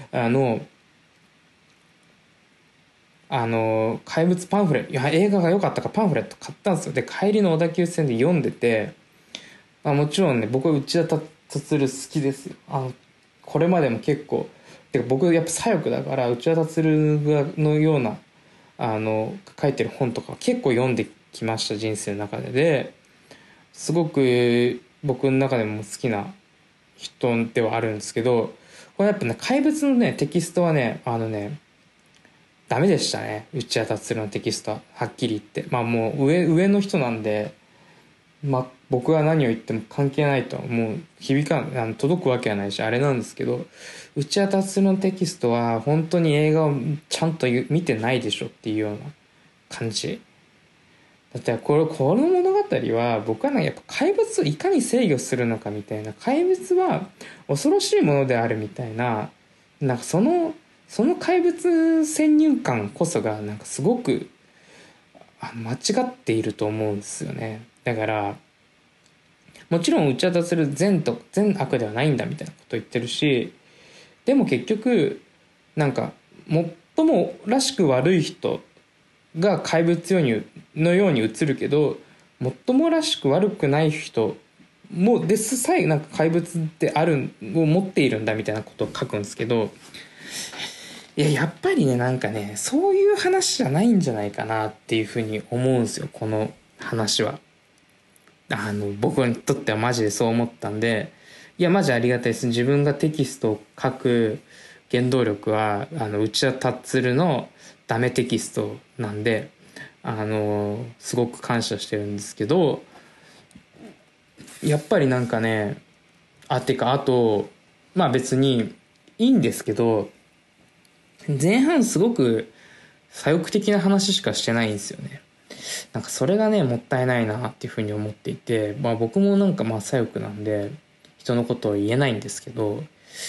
怪物パンフレット、いや、映画が良かったからパンフレット買ったんですよ。で、帰りの小田急線で読んでて、もちろんね、僕は内田達好きですよ。これまでも結構、てか僕やっぱ左翼だから、内田達のような、書いてる本とか結構読んできました、人生の中ですごく僕の中でも好きな人ではあるんですけど、これやっぱね、怪物のね、テキストはね、ダメでしたね。内田達郎のテキストは。はっきり言って。もう上の人なんで、僕は何を言っても関係ないと。もう届くわけはないし、あれなんですけど、内田達郎のテキストは本当に映画をちゃんと見てないでしょっていうような感じ。だってこの物語は僕はやっぱ怪物をいかに制御するのかみたいな、怪物は恐ろしいものであるみたいな、その怪物先入観こそがすごく間違っていると思うんですよね。だからもちろん打ち当たする善悪ではないんだみたいなことを言ってるし、でも結局最もらしく悪い人が怪物のように映るけど、最もらしく悪くない人もですさえ怪物であるを持っているんだみたいなことを書くんですけど、やっぱりねそういう話じゃないんじゃないかなっていうふうに思うんですよ、この話は。僕にとってはマジでそう思ったんで、マジありがたいです。自分がテキストを書く原動力は内田達のダメテキストなんで、すごく感謝してるんですけど、やっぱりあと別にいいんですけど、前半すごく左翼的な話しかしてないんですよね。それがねもったいないなっていうふうに思っていて、僕も左翼なんで人のことを言えないんですけど、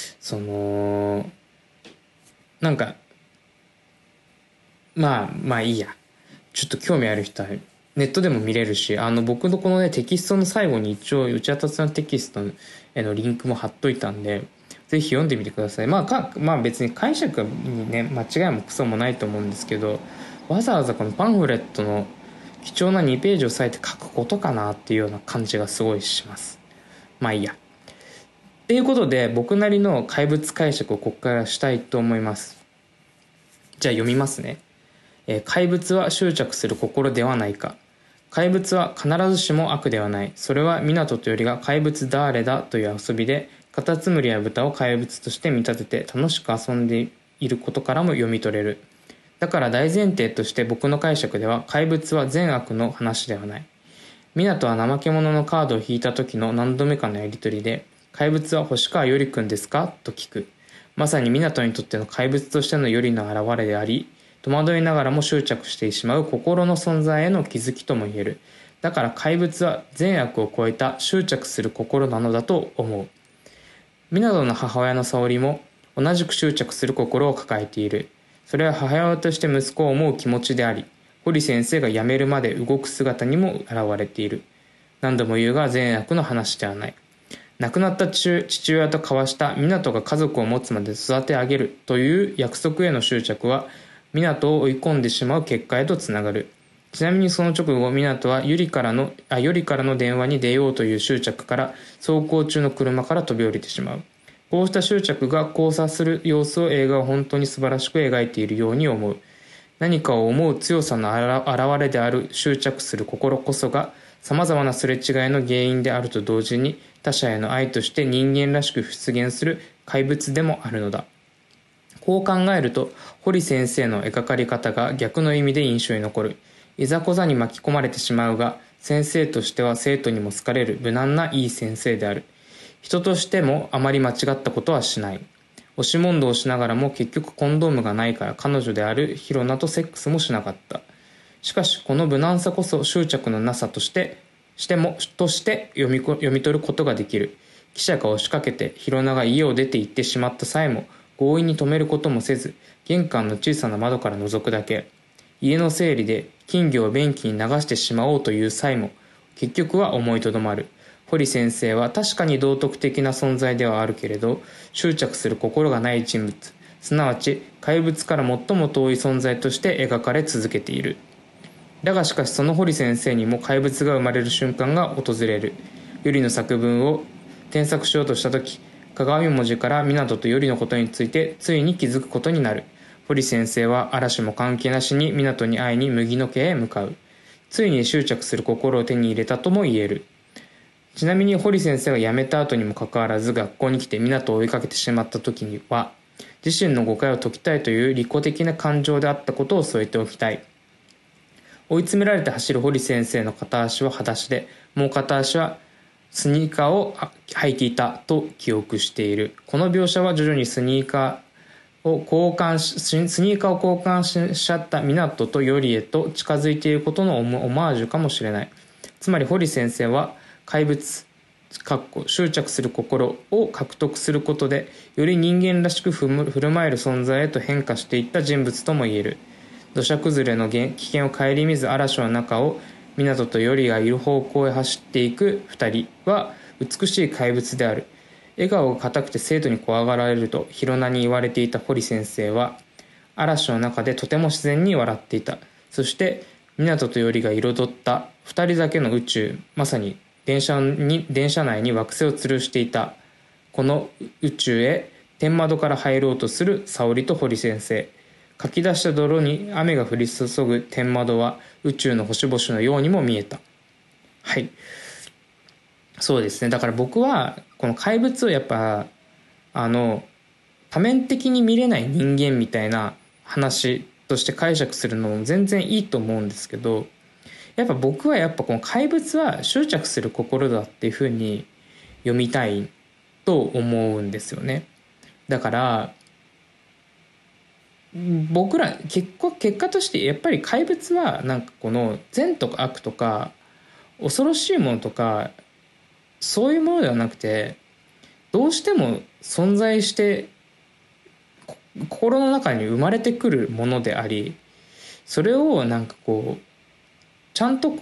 いいや、ちょっと興味ある人はネットでも見れるし、僕のこのねテキストの最後に一応内田達のテキストへのリンクも貼っといたんで、ぜひ読んでみてください。別に解釈にね間違いもクソもないと思うんですけど、わざわざこのパンフレットの貴重な2ページを割いて書くことかなっていうような感じがすごいします。いいやっていうことで、僕なりの怪物解釈をここからしたいと思います。じゃあ読みますね。怪物は執着する心ではないか。怪物は必ずしも悪ではない。それは湊とよりが怪物だーれだという遊びで、カタツムリや豚を怪物として見立てて楽しく遊んでいることからも読み取れる。だから大前提として僕の解釈では、怪物は善悪の話ではない。湊は怠け者のカードを引いた時の何度目かのやりとりで、怪物は星川よりくんですかと聞く。まさに湊にとっての怪物としてのよりの現れであり、戸惑いながらも執着してしまう心の存在への気づきとも言える。だから怪物は善悪を超えた執着する心なのだと思う。湊の母親の沙織も同じく執着する心を抱えている。それは母親として息子を思う気持ちであり、堀先生が辞めるまで動く姿にも現れている。何度も言うが善悪の話ではない。 亡くなった父親と交わした湊が家族を持つまで育て上げるという約束への執着は湊を追い込んでしまう結果へとつながる。ちなみにその直後、湊はよりからの電話に出ようという執着から走行中の車から飛び降りてしまう。こうした執着が交差する様子を映画は本当に素晴らしく描いているように思う。何かを思う強さの表れである執着する心こそが様々なすれ違いの原因であると同時に他者への愛として人間らしく出現する怪物でもあるのだ。こう考えると堀先生の描かれ方が逆の意味で印象に残る。いざこざに巻き込まれてしまうが先生としては生徒にも好かれる無難ないい先生である。人としてもあまり間違ったことはしない。押し問答をしながらも結局コンドームがないから彼女であるヒロナとセックスもしなかった。しかしこの無難さこそ執着のなさとして読み取ることができる。記者が押しかけてヒロナが家を出て行ってしまった際も強引に止めることもせず玄関の小さな窓から覗くだけ。家の整理で金魚を便器に流してしまおうという際も結局は思いとどまる。堀先生は確かに道徳的な存在ではあるけれど執着する心がない人物、すなわち怪物から最も遠い存在として描かれ続けている。だがしかしその堀先生にも怪物が生まれる瞬間が訪れる。頼の作文を添削しようとした時、鏡文字から湊と頼のことについてついに気づくことになる。堀先生は嵐も関係なしに湊に会いに麦の家へ向かう。ついに執着する心を手に入れたとも言える。ちなみに堀先生が辞めた後にもかかわらず学校に来て湊を追いかけてしまった時には自身の誤解を解きたいという利己的な感情であったことを添えておきたい。追い詰められて走る堀先生の片足は裸足でもう片足はスニーカーを履いていたと記憶している。この描写は徐々にスニーカーを交換しちゃった湊と頼へと近づいていることのオマージュかもしれない。つまり堀先生は怪物執着する心を獲得することでより人間らしく振る舞える存在へと変化していった人物とも言える。土砂崩れの危険を顧みず嵐の中を湊と頼がいる方向へ走っていく二人は美しい怪物である。笑顔が硬くて生徒に怖がられると広名に言われていた堀先生は嵐の中でとても自然に笑っていた。そして湊と頼が彩った二人だけの宇宙、まさに電車内に惑星を吊るしていた。この宇宙へ天窓から入ろうとする沙織と堀先生。かき出した泥に雨が降り注ぐ天窓は宇宙の星々のようにも見えた。はい。そうですね。だから僕はこの怪物をやっぱ多面的に見れない人間みたいな話として解釈するのも全然いいと思うんですけど、やっぱ僕はこの怪物は執着する心だっていうふうに読みたいと思うんですよね。だから僕ら結果としてやっぱり怪物はこの善とか悪とか恐ろしいものとかそういうものではなくてどうしても存在して心の中に生まれてくるものであり、それをちゃんと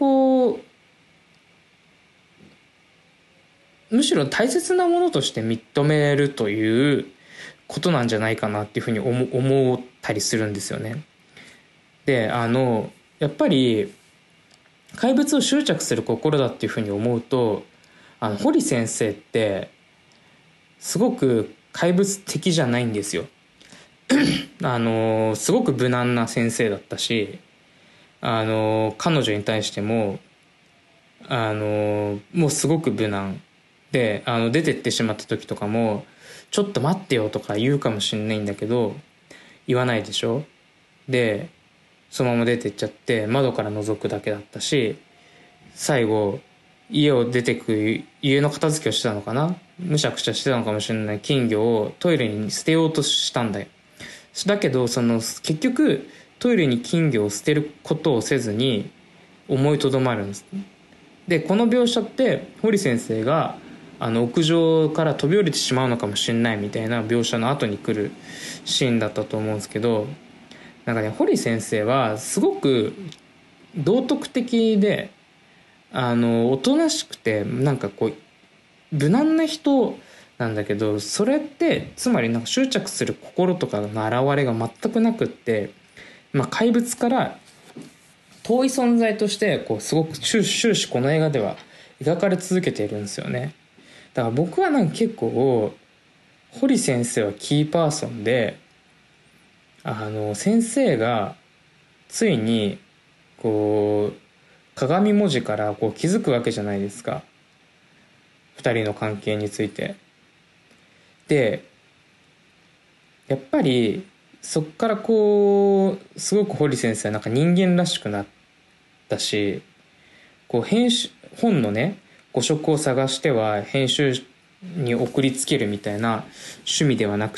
むしろ大切なものとして認めるということなんじゃないかなっていうふうに思ったりするんですよね。でやっぱり怪物を執着する心だっていうふうに思うと堀先生ってすごく怪物的じゃないんですよ。すごく無難な先生だったし彼女に対してももうすごく無難で出てってしまった時とかもちょっと待ってよとか言うかもしれないんだけど言わないでしょ。でそのまま出てっちゃって窓から覗くだけだったし、最後家の片付けをしてたのかな、むしゃくしゃしてたのかもしれない金魚をトイレに捨てようとしたんだよ。だけど結局トイレに金魚を捨てることをせずに思いとどまるんです。でこの描写って堀先生が屋上から飛び降りてしまうのかもしれないみたいな描写の後に来るシーンだったと思うんですけど、堀先生はすごく道徳的でおとなしくて無難な人なんだけど、それってつまりなんか執着する心とかの現れが全くなくって、怪物から遠い存在としてこうすごく終始この映画では描かれ続けているんですよね。だから僕はなんか結構堀先生はキーパーソンで、先生がついにこう鏡文字からこう気づくわけじゃないですか、二人の関係について。でやっぱりそっからこうすごく堀先生はなんか人間らしくなったし、こう編集本のね誤植を探しては編集に送りつけるみたいな趣味ではなくって、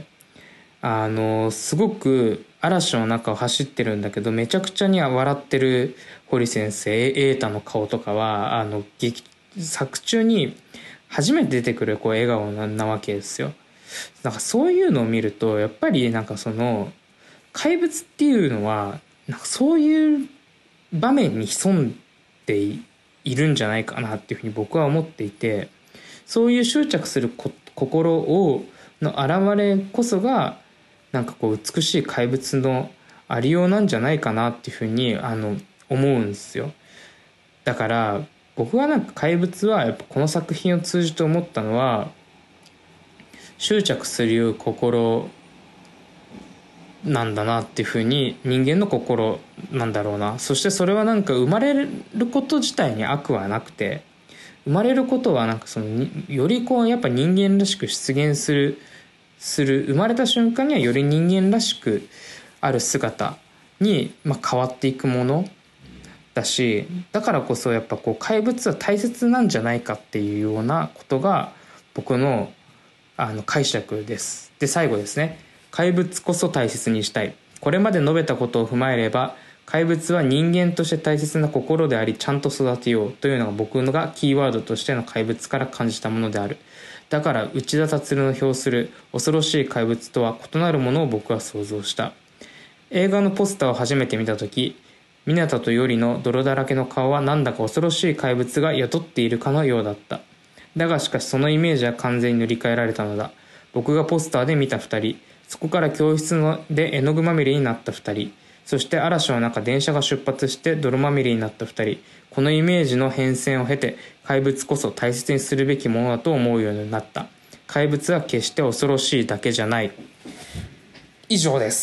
すごく嵐の中を走ってるんだけどめちゃくちゃには笑ってる堀先生瑛太の顔とかは作中に初めて出てくるこう笑顔なわけですよ。なんかそういうのを見るとやっぱりなんかその怪物っていうのはなんかそういう場面に潜んでいるんじゃないかなっていうふうに僕は思っていて、そういう執着する心の現れこそがなんかこう美しい怪物のありようなんじゃないかなっていうふうに思うんですよ。だから僕はなんか怪物はやっぱこの作品を通じて思ったのは、執着する心なんだなっていうふうに、人間の心なんだろうな。そしてそれはなんか生まれること自体に悪はなくて、生まれることはなんかそのよりこうやっぱ人間らしく出現する生まれた瞬間にはより人間らしくある姿に変わっていくものだし、だからこそやっぱこう怪物は大切なんじゃないかっていうようなことが僕の解釈です。で最後ですね。怪物こそ大切にしたい。これまで述べたことを踏まえれば、怪物は人間として大切な心でありちゃんと育てようというのが僕のがキーワードとしての怪物から感じたものである。だから内田達の表する恐ろしい怪物とは異なるものを僕は想像した。映画のポスターを初めて見たとき、湊とよりの泥だらけの顔はなんだか恐ろしい怪物が宿っているかのようだった。だがしかしそのイメージは完全に塗り替えられたのだ。僕がポスターで見た二人、そこから教室で絵の具まみれになった二人、そして嵐の中電車が出発して泥まみれになった二人、このイメージの変遷を経て怪物こそ大切にするべきものだと思うようになった。怪物は決して恐ろしいだけじゃない。以上です。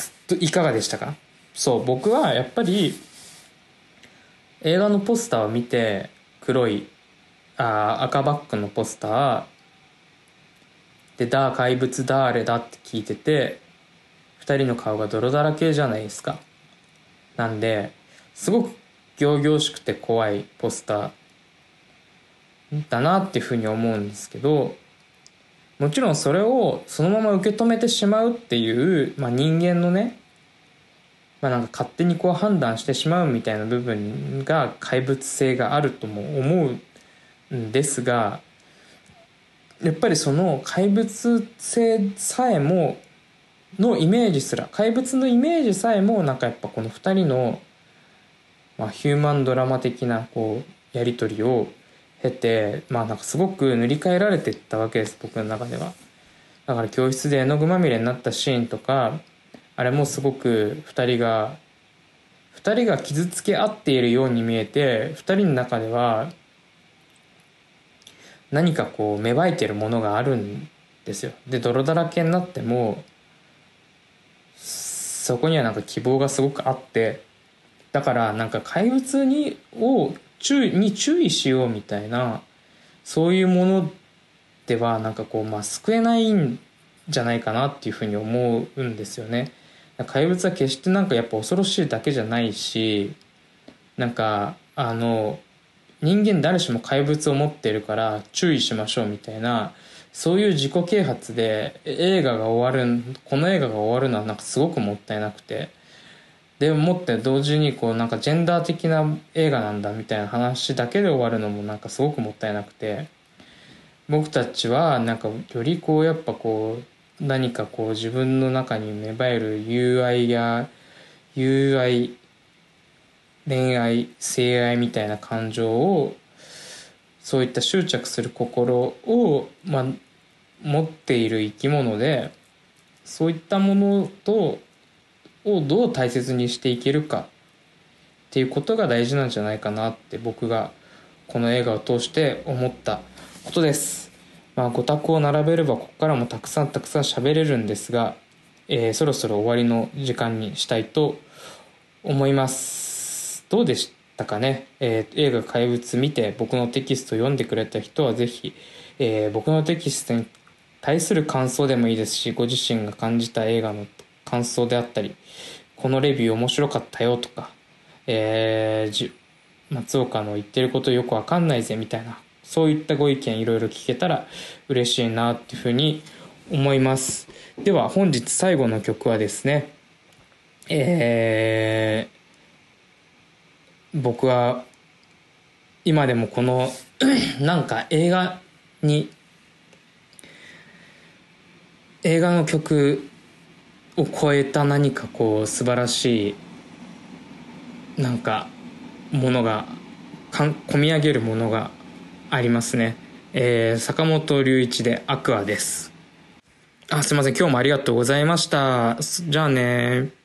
いかがでしたか？そう、僕はやっぱり映画のポスターを見て、黒い赤バックのポスターで怪物誰だって聞いてて、二人の顔が泥だらけじゃないですか。なんですごく仰々しくて怖いポスターだなっていうふうに思うんですけど、もちろんそれをそのまま受け止めてしまうっていう、人間のね、なんか勝手にこう判断してしまうみたいな部分が怪物性があるとも思うんですが、やっぱりその怪物性さえものイメージすら怪物のイメージさえもなんかやっぱこの2人の、ヒューマンドラマ的なこうやり取りを経て、なんかすごく塗り替えられていったわけです、僕の中では。だから教室で絵の具まみれになったシーンとか、あれもすごく2人が傷つけ合っているように見えて、2人の中では何かこう芽生えてるものがあるんですよ。で泥だらけになってもそこにはなんか希望がすごくあって、だからなんか怪物に注意しようみたいな、そういうものではなんかこう救えないんじゃないかなっていうふうに思うんですよね。怪物は決してなんかやっぱ恐ろしいだけじゃないし、なんか人間誰しも怪物を持っているから注意しましょうみたいな、そういう自己啓発でこの映画が終わるのはなんかすごくもったいなくて、でもって同時にこうなんかジェンダー的な映画なんだみたいな話だけで終わるのもなんかすごくもったいなくて、僕たちはなんかよりこうやっぱこう何かこう自分の中に芽生える友愛恋愛性愛みたいな感情をそういった執着する心を、持っている生き物で、そういったものをどう大切にしていけるかっていうことが大事なんじゃないかなって僕がこの映画を通して思ったことです。5択を並べればここからもたくさん喋れるんですが、そろそろ終わりの時間にしたいと思います。どうでしたかね。映画怪物見て僕のテキスト読んでくれた人はぜひ、僕のテキストに対する感想でもいいですし、ご自身が感じた映画の感想であったり、このレビュー面白かったよとか、松岡の言ってることよくわかんないぜみたいな、そういったご意見いろいろ聞けたら嬉しいなっていうふうに思います。では本日最後の曲はですね、僕は今でもこのなんか映画の曲を超えた何かこう素晴らしいなんかものが込み上げるものがありますね。坂本龍一でアクアです。すいません、今日もありがとうございました。じゃあね。